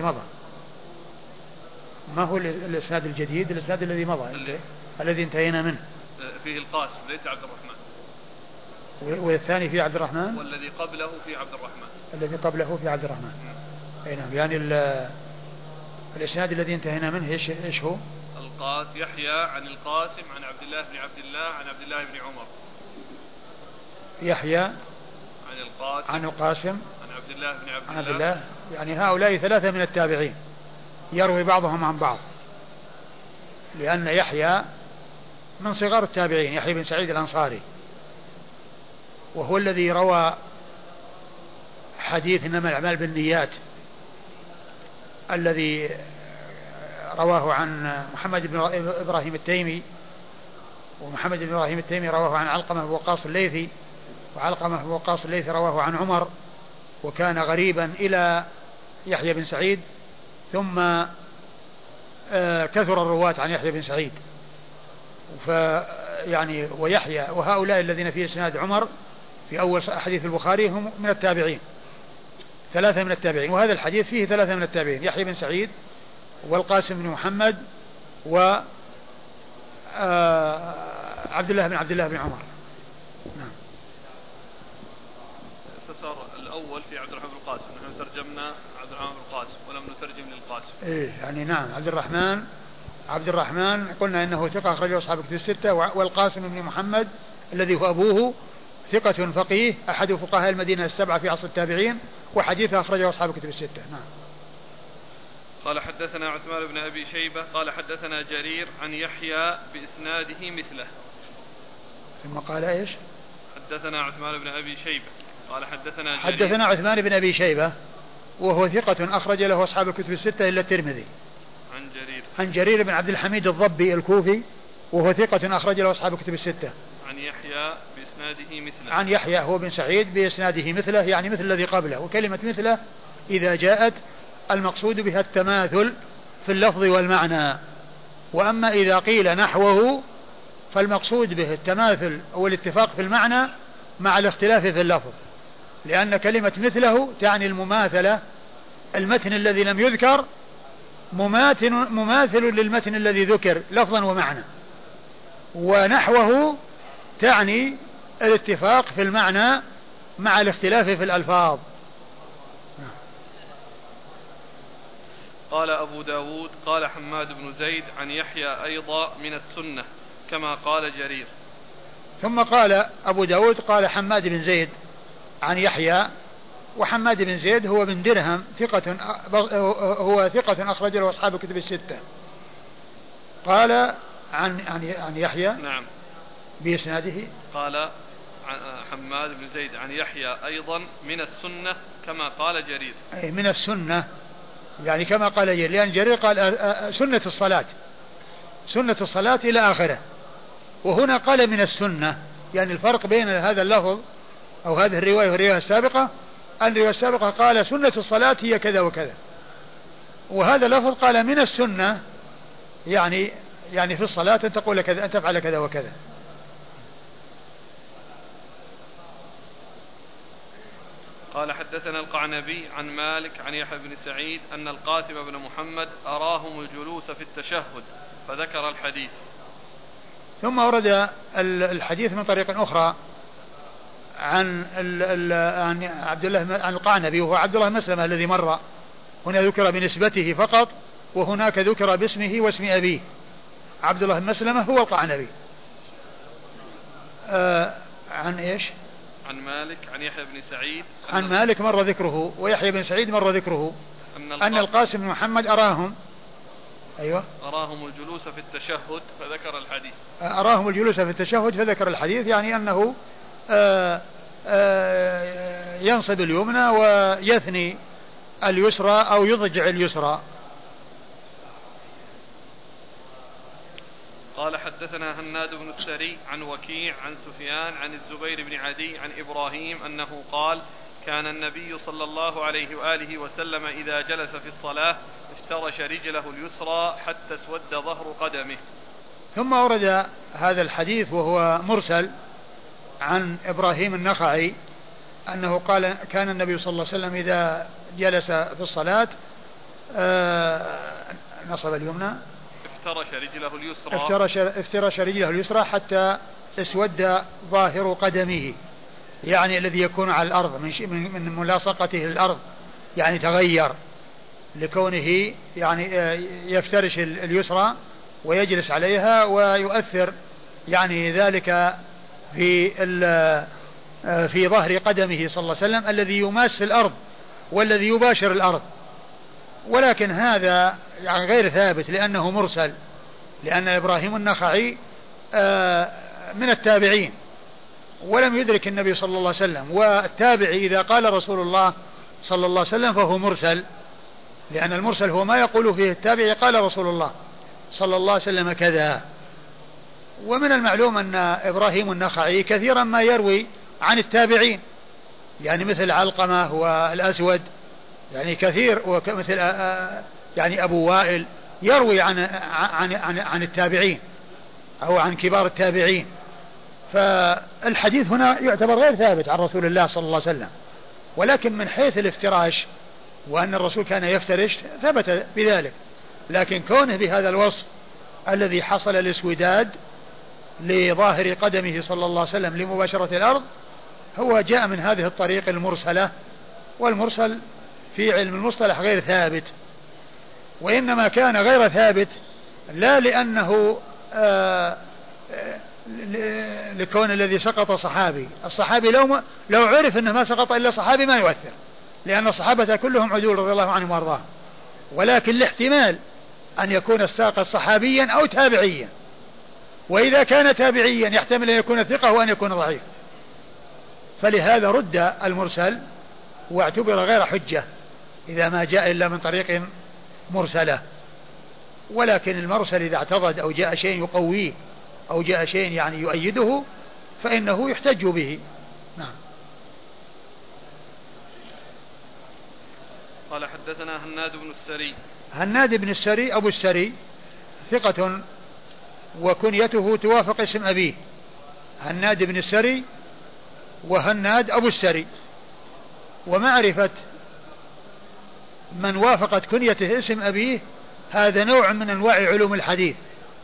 ما هو الإسناد الجديد، الإسناد الذي مضى الذي انتهينا منه فيه القاسم ليس عبد الرحمن، والثاني في عبد الرحمن، والذي قبله في عبد الرحمن. الذي قبله في عبد الرحمن. أي نعم. يعني الإسناد الذي انتهينا منه إيش هو؟ يحيى عن القاسم عن عبد الله بن عبد الله عن عبد الله بن عمر. يحيى عن القاسم عن عبد الله بن عبد الله يعني هؤلاء ثلاثة من التابعين يروي بعضهم عن بعض، لأن يحيى من صغار التابعين، يحيى بن سعيد الأنصاري، وهو الذي روى حديث إنما الأعمال بالنيات الذي رواه عن محمد بن إبراهيم التيمي، ومحمد بن إبراهيم التيمي رواه عن علقمة بن وقاص الليثي، وعلقمة بن وقاص الليثي رواه عن عمر، وكان غريبا إلى يحيى بن سعيد، ثم كثر الرواة عن يحيى بن سعيد، يعني ويحيى وهؤلاء الذين في إسناد عمر في أول حديث البخاري هم من التابعين، ثلاثة من التابعين، وهذا الحديث فيه ثلاثة من التابعين، يحيى بن سعيد والقاسم بن محمد و عبد الله بن عمر. نعم. اختصار الأول في عبد الرحمن بن القاسم، نحن ترجمنا عبد الرحمن بن القاسم ولم نترجم للقاسم. إيه يعني نعم، عبد الرحمن قلنا إنه ثقة أخرجه أصحاب الكتب الستة، والقاسم بن محمد الذي هو أبوه ثقة فقيه أحد فقهاء المدينة السبعة في عصر التابعين، وحديثه أخرجه أصحاب الكتب الستة. نعم. قال حدثنا عثمان بن أبي شيبة قال حدثنا جرير عن يحيى بإسناده مثله. ثم قال إيش؟ حدثنا عثمان بن أبي شيبة قال حدثنا جرير. حدثنا عثمان بن أبي شيبة وهو ثقة أخرج له أصحاب الكتب الستة إلا الترمذي. عن جرير بن عبد الحميد الضبي الكوفي وهو ثقة أخرج له أصحاب الكتب الستة. عن يحيى بإسناده مثله. عن يحيى هو بن سعيد بإسناده مثله، يعني مثل الذي قبله، وكلمة مثله إذا جاءت المقصود بها التماثل في اللفظ والمعنى، وأما إذا قيل نحوه فالمقصود به التماثل أو الاتفاق في المعنى مع الاختلاف في اللفظ، لأن كلمة مثله تعني المماثلة، المتن الذي لم يذكر مماثل للمتن الذي ذكر لفظا ومعنى، ونحوه تعني الاتفاق في المعنى مع الاختلاف في الألفاظ. قال أبو داود قال حماد بن زيد عن يحيى أيضا من السنة كما قال جرير. ثم قال أبو داود قال حماد بن زيد عن يحيى، وحماد بن زيد هو بن درهم هو ثقة أخرج له أصحاب الكتب الستة. قال عن يحيى نعم بإسناده قال حماد بن زيد عن يحيى أيضا من السنة كما قال جرير. أي من السنة يعني كما قال جرير، لأن جرير قال سنة الصلاة إلى آخره، وهنا قال من السنة، يعني الفرق بين هذا اللفظ أو هذه الرواية والرواية السابقة، الرواية السابقة قال سنة الصلاة هي كذا وكذا، وهذا اللفظ قال من السنة يعني في الصلاة أن تقول كذا، أن تفعل كذا وكذا. قال حدثنا القعنبي عن مالك عن يحيى بن سعيد أن القاسم بن محمد أراهم الجلوس في التشهد فذكر الحديث. ثم ورد الحديث من طريق أخرى عن عبد الله عن القعنبي وهو عبد الله مسلمة الذي مر، هنا ذكر بنسبته فقط وهناك ذكر باسمه واسم أبيه. عبد الله مسلمة هو القعنبي. عن إيش؟ عن مالك عن يحيى بن سعيد عن مالك مر ذكره، ويحيى بن سعيد مر ذكره أن القاسم بن محمد أراهم الجلوس في التشهد فذكر الحديث. أراهم الجلوس في التشهد فذكر الحديث، يعني أنه ينصب اليمنى ويثني اليسرى أو يضجع اليسرى. قال حدثنا هناد بن السري عن وكيع عن سفيان عن الزبير بن عدي عن إبراهيم أنه قال كان النبي صلى الله عليه وآله وسلم إذا جلس في الصلاة افترش رجله اليسرى حتى اسود ظهر قدمه. ثم ورد هذا الحديث وهو مرسل عن إبراهيم النخعي أنه قال كان النبي صلى الله عليه وسلم إذا جلس في الصلاة نصب اليمنى افترش رجله اليسرى حتى اسود ظاهر قدمه، يعني الذي يكون على الأرض من ملاصقته للأرض، يعني تغير لكونه يعني يفترش اليسرى ويجلس عليها، ويؤثر يعني ذلك في ظهر قدمه صلى الله عليه وسلم الذي يماس الأرض والذي يباشر الأرض. ولكن هذا يعني غير ثابت لأنه مرسل، لأن إبراهيم النخعي من التابعين ولم يدرك النبي صلى الله عليه وسلم، والتابعي إذا قال رسول الله صلى الله عليه وسلم فهو مرسل، لأن المرسل هو ما يقول فيه التابعي قال رسول الله صلى الله عليه وسلم كذا. ومن المعلوم أن إبراهيم النخعي كثيرا ما يروي عن التابعين، يعني مثل علقمة والأسود، يعني كثير، ومثل يعني أبو وائل يروي عن التابعين أو عن كبار التابعين. فالحديث هنا يعتبر غير ثابت عن رسول الله صلى الله عليه وسلم، ولكن من حيث الافتراش وأن الرسول كان يفترش ثبت بذلك، لكن كونه بهذا الوصف الذي حصل الاسوداد لظاهر قدمه صلى الله عليه وسلم لمباشرة الأرض هو جاء من هذه الطريق المرسلة، والمرسل في علم المصطلح غير ثابت، وإنما كان غير ثابت لا لأنه لكون الذي سقط صحابي. الصحابي لو عرف أنه ما سقط إلا صحابي ما يؤثر، لأن الصحابة كلهم عدول رضي الله عنهم وارضاهم، ولكن الاحتمال أن يكون الساقط صحابيا أو تابعيا، وإذا كان تابعيا يحتمل أن يكون ثقة وأن يكون ضعيف، فلهذا رد المرسل واعتبر غير حجة إذا ما جاء إلا من طريق مرسلة. ولكن المرسل إذا اعتضد أو جاء شيء يقويه أو جاء شيء يعني يؤيده فإنه يحتج به. نعم. قال حدثنا هناد بن السري. هناد بن السري أبو السري ثقة وكنيته توافق اسم أبيه، هناد بن السري وهناد أبو السري. ومعرفة من وافقت كنيته اسم أبيه هذا نوع من أنواع علوم الحديث،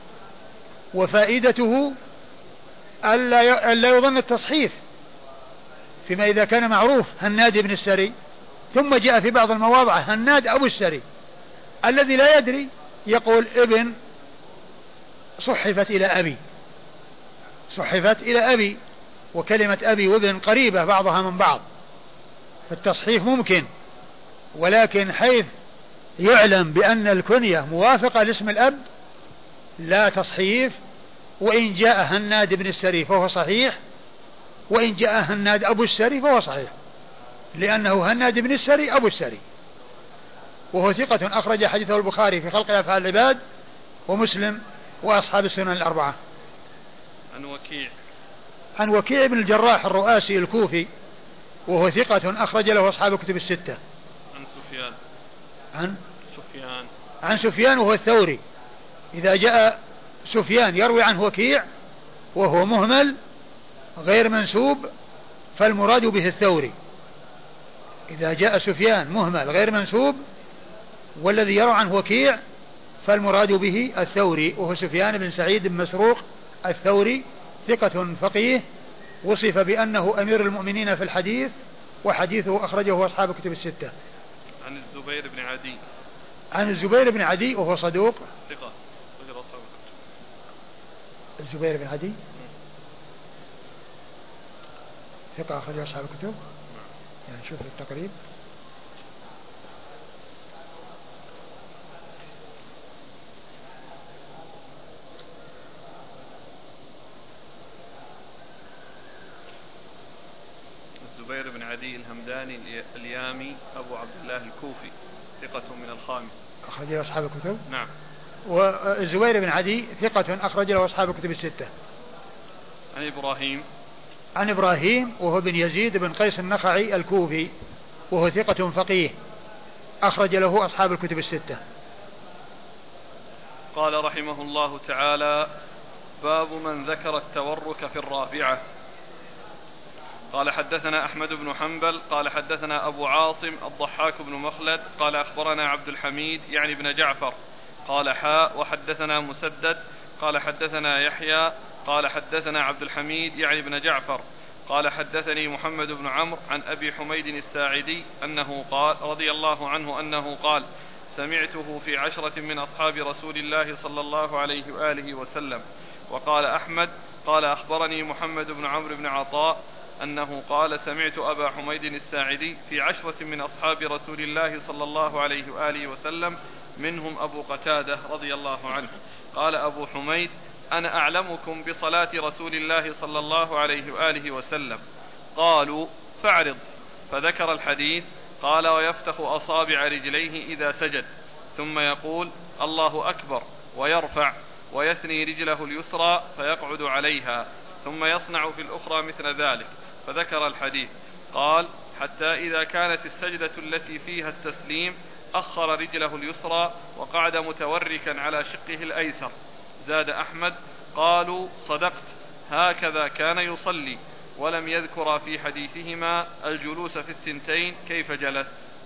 وفائدته ألا يظن التصحيف فيما إذا كان معروف هناد بن السري ثم جاء في بعض المواضع هناد أبو السري، الذي لا يدري يقول ابن صحفت إلى أبي، صحفت إلى أبي، وكلمة أبي وابن قريبة بعضها من بعض، فالتصحيف ممكن، ولكن حيث يعلم بأن الكنية موافقة لاسم الأب لا تصحيف. وإن جاء هناد بن السري فهو صحيح، وإن جاء هناد أبو السري فهو صحيح، لأنه هناد بن السري أبو السري، وهو ثقة أخرج حديثه البخاري في خلق أفعال العباد ومسلم وأصحاب السنن الأربعة. عن وكيع بن الجراح الرؤاسي الكوفي وهو ثقة أخرج له أصحاب الكتب الستة. عن سفيان وهو الثوري. إذا جاء سفيان يروي عنه وكيع وهو مهمل غير منسوب فالمراد به الثوري. إذا جاء سفيان مهمل غير منسوب والذي يروي عنه وكيع فالمراد به الثوري، وهو سفيان بن سعيد بن مسروق الثوري ثقة فقيه، وصف بأنه أمير المؤمنين في الحديث، وحديثه أخرجه أصحاب الكتب الستة. عن الزبير بن عدي. عن الزبير بن عدي وهو صدوق ثقة. الزبير بن عدي ثقة أخرجه أصحاب الكتب. يعني شوف التقريب. الزبير بن عدي الهمداني اليامي أبو عبد الله الكوفي ثقة من الخامس أخرجه أصحاب الكتب. نعم. والزبير بن عدي ثقة أخرج له أصحاب الكتب الستة. عن إبراهيم وهو بن يزيد بن قيس النخعي الكوفي وهو ثقة فقيه أخرج له أصحاب الكتب الستة. قال رحمه الله تعالى: باب من ذكر التورك في الرابعة. قال حدثنا أحمد بن حنبل قال حدثنا أبو عاصم الضحاك بن مخلد قال أخبرنا عبد الحميد يعني بن جعفر قال حاء وحدثنا مسدد قال حدثنا يحيى قال حدثنا عبد الحميد يعني بن جعفر قال حدثني محمد بن عمرو عن أبي حميد الساعدي أنه قال رضي الله عنه أنه قال: سمعته في 10 من أصحاب رسول الله صلى الله عليه وآله وسلم. وقال أحمد قال أخبرني محمد بن عمرو بن عطاء أنه قال: سمعت أبا حميد الساعدي في 10 من أصحاب رسول الله صلى الله عليه وآله وسلم منهم أبو قتادة رضي الله عنه. قال أبو حميد: أنا أعلمكم بصلاة رسول الله صلى الله عليه وآله وسلم. قالوا: فاعرض. فذكر الحديث. قال: ويفتح أصابع رجليه إذا سجد، ثم يقول: الله أكبر، ويرفع، ويثني رجله اليسرى فيقعد عليها، ثم يصنع في الأخرى مثل ذلك. فذكر الحديث. قال: حتى إذا كانت السجدة التي فيها التسليم أخر رجله اليسرى وقعد متوركا على شقه الأيسر. زاد أحمد: قالوا: صدقت، هكذا كان يصلي. ولم يذكر في حديثهما الجلوس في الثنتين كيف جلس.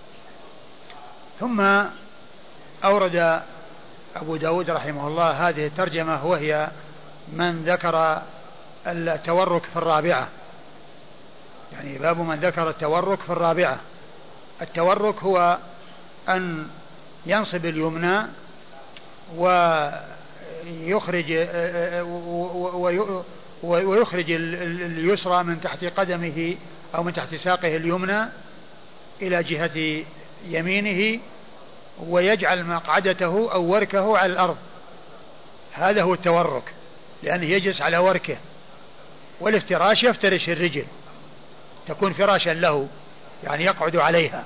ثم أورد أبو داود رحمه الله هذه الترجمة، وهي من ذكر التورك في الرابعة، يعني باب من ذكر التورك في الرابعة. التورك هو أن ينصب اليمنى ويخرج اليسرى من تحت قدمه أو من تحت ساقه اليمنى إلى جهة يمينه، ويجعل مقعدته أو وركه على الأرض. هذا هو التورك، لأنه يجلس على وركه. والافتراش يفترش الرجل، تكون فراشا له، يعني يقعد عليها.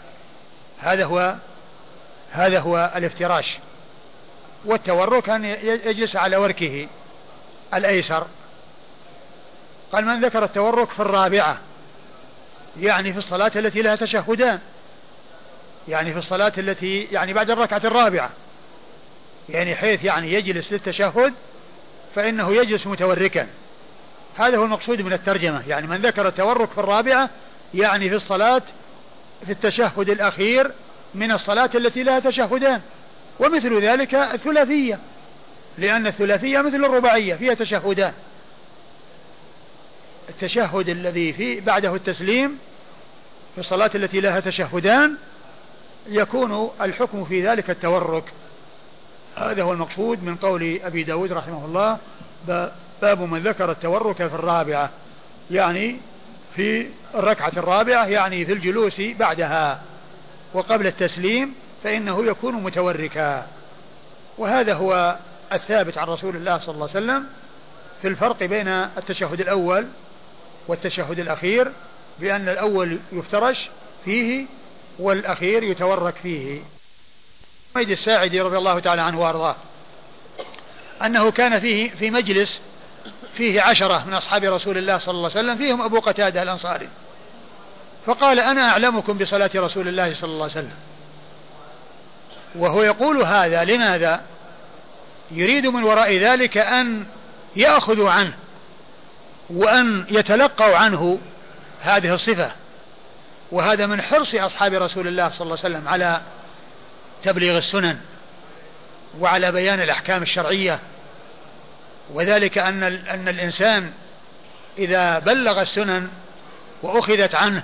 هذا هو الافتراش. والتورك أن يجلس على وركه الأيسر. قال: من ذكر التورك في الرابعة، يعني في الصلاة التي لها تشهدان، يعني في الصلاة التي يعني بعد الركعة الرابعة، يعني حيث يعني يجلس للتشهد فإنه يجلس متوركا. هذا هو المقصود من الترجمة، يعني من ذكر التورك في الرابعة يعني في الصلاة في التشهد الأخير من الصلاة التي لها تشهدان. ومثل ذلك الثلاثية، لأن الثلاثية مثل الرباعية فيها تشهدان. التشهد الذي فيه بعده التسليم في الصلاة التي لها تشهدان يكون الحكم في ذلك التورك. هذا هو المقصود من قول أبي داود رحمه الله: باب من ذكر التورك في الرابعة، يعني في الركعة الرابعة، يعني في الجلوس بعدها وقبل التسليم فإنه يكون متوركا. وهذا هو الثابت عن رسول الله صلى الله عليه وسلم في الفرق بين التشهد الأول والتشهد الأخير، بأن الأول يفترش فيه والأخير يتورك فيه. حميد الساعدي رضي الله تعالى عنه وأرضاه أنه كان في مجلس فيه 10 من أصحاب رسول الله صلى الله عليه وسلم، فيهم أبو قتادة الأنصاري، فقال: أنا أعلمكم بصلاة رسول الله صلى الله عليه وسلم. وهو يقول هذا لماذا؟ يريد من وراء ذلك أن يأخذوا عنه وأن يتلقوا عنه هذه الصفة. وهذا من حرص أصحاب رسول الله صلى الله عليه وسلم على تبليغ السنن وعلى بيان الأحكام الشرعية. وذلك أن الإنسان إذا بلغ السنن وأخذت عنه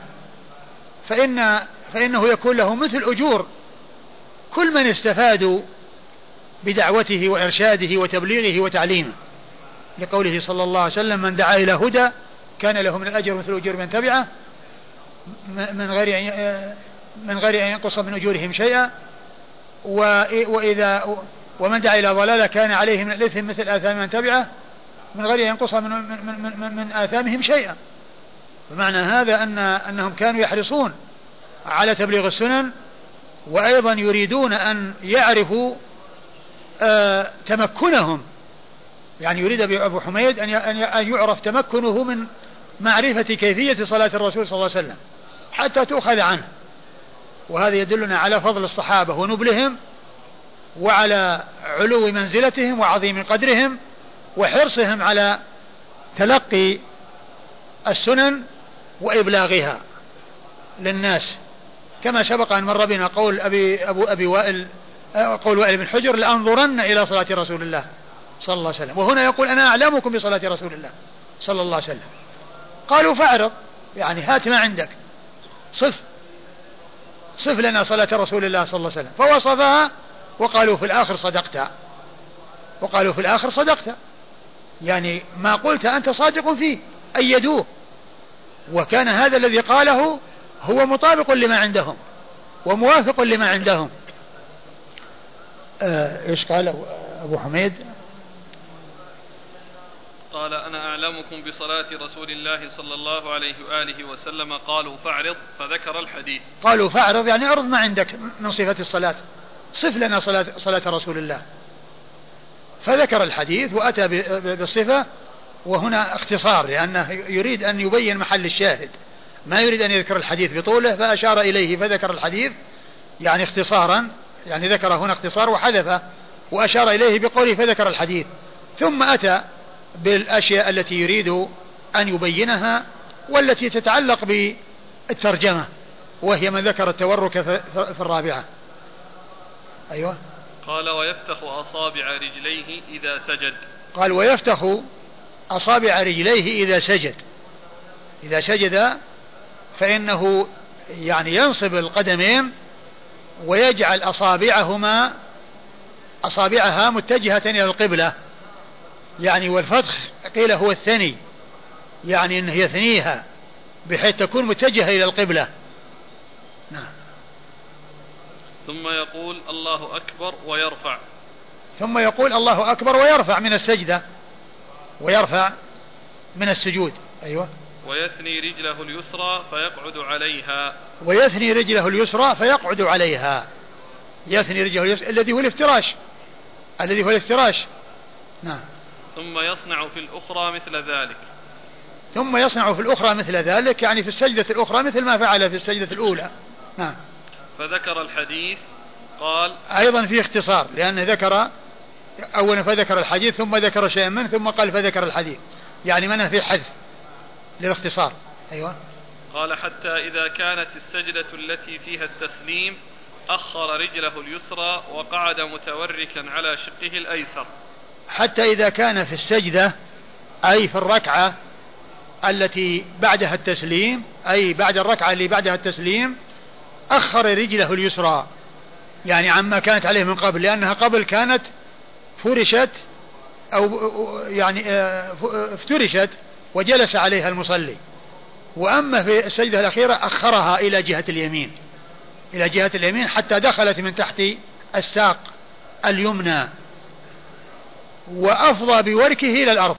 فإنه يكون له مثل أجور كل من استفادوا بدعوته وإرشاده وتبليغه وتعليمه، لقوله صلى الله عليه وسلم: من دعا إلى هدى كان له من الأجر مثل أجور من تبعه من غير أن ينقص من أجورهم شيئا، ومن دعا إلى ضلالة كان عليه من الإثم مثل آثام من تبعه من غير أن ينقص من آثامهم شيئا. بمعنى هذا أنهم كانوا يحرصون على تبليغ السنن، وأيضا يريدون أن يعرفوا تمكنهم، يعني يريد أبو حميد أن يعرف تمكنه من معرفة كيفية صلاة الرسول صلى الله عليه وسلم حتى تؤخذ عنه. وهذا يدلنا على فضل الصحابة ونبلهم وعلى علو منزلتهم وعظيم قدرهم وحرصهم على تلقي السنن وإبلاغها للناس، كما سبق أن مر بنا قول أبي وائل، قول وائل بن حجر: لأنظرن إلى صلاة رسول الله صلى الله عليه وسلم. وهنا يقول: أنا أعلمكم بصلاة رسول الله صلى الله عليه وسلم. قالوا: فاعرض، يعني هات ما عندك، صف لنا صلاة رسول الله صلى الله عليه وسلم. فوصفها وقالوا في الآخر صدقت، يعني ما قلت أنت صادق فيه، أيدوه وكان هذا الذي قاله هو مطابق لما عندهم وموافق لما عندهم. ايش قال ابو حميد؟ قال أنا أعلمكم بصلاة رسول الله صلى الله عليه وآله وسلم. قالوا فاعرض، فذكر الحديث. قالوا فاعرض يعني اعرض ما عندك من صفة الصلاة، صف لنا صلاة رسول الله. فذكر الحديث وأتى بالصفة، وهنا اختصار لأنه يريد أن يبين محل الشاهد، ما يريد أن يذكر الحديث بطوله، فأشار إليه فذكر الحديث يعني اختصارا، يعني ذكر هنا اختصار وحذفه وأشار إليه بقوله فذكر الحديث، ثم أتى بالأشياء التي يريد أن يبينها والتي تتعلق بالترجمة، وهي من ذكر التورك في الرابعة. أيوة. قال ويفتح أصابع رجليه إذا سجد. قال ويفتح أصابع رجليه إذا سجد. إذا سجد فإنه يعني ينصب القدمين ويجعل أصابعها متجهة إلى القبلة، يعني والفتح قيل هو الثني، يعني إنه يثنيها بحيث تكون متجهة إلى القبلة. نعم. ثم يقول الله أكبر ويرفع. ثم يقول الله أكبر ويرفع من السجدة ويرفع من السجود. أيوة. ويثني رجله اليسرى فيقعد عليها. ويثني رجله اليسرى فيقعد عليها. يثني رجله اليسرى الذي هو الافتراش. نعم. ثم يصنع في الأخرى مثل ذلك. ثم يصنع في الأخرى مثل ذلك، يعني في السجدة الأخرى مثل ما فعل في السجدة الأولى. نعم. فذكر الحديث. قال أيضا في اختصار، لأنه ذكر أولا فذكر الحديث ثم ذكر شيئا منه ثم قال فذكر الحديث، يعني منه في حذف للاختصار. أيوة. قال حتى إذا كانت السجدة التي فيها التسليم أخر رجله اليسرى وقعد متوركا على شقه الأيسر. حتى إذا كان في السجدة أي في الركعة التي بعدها التسليم، أي بعد الركعة اللي بعدها التسليم، أخر رجله اليسرى يعني عما كانت عليه من قبل، لأنها قبل كانت فرشت أو يعني افترشت وجلس عليها المصلي، وأما في السجدة الأخيرة أخرها إلى جهة اليمين حتى دخلت من تحت الساق اليمنى وأفضى بوركه إلى الأرض.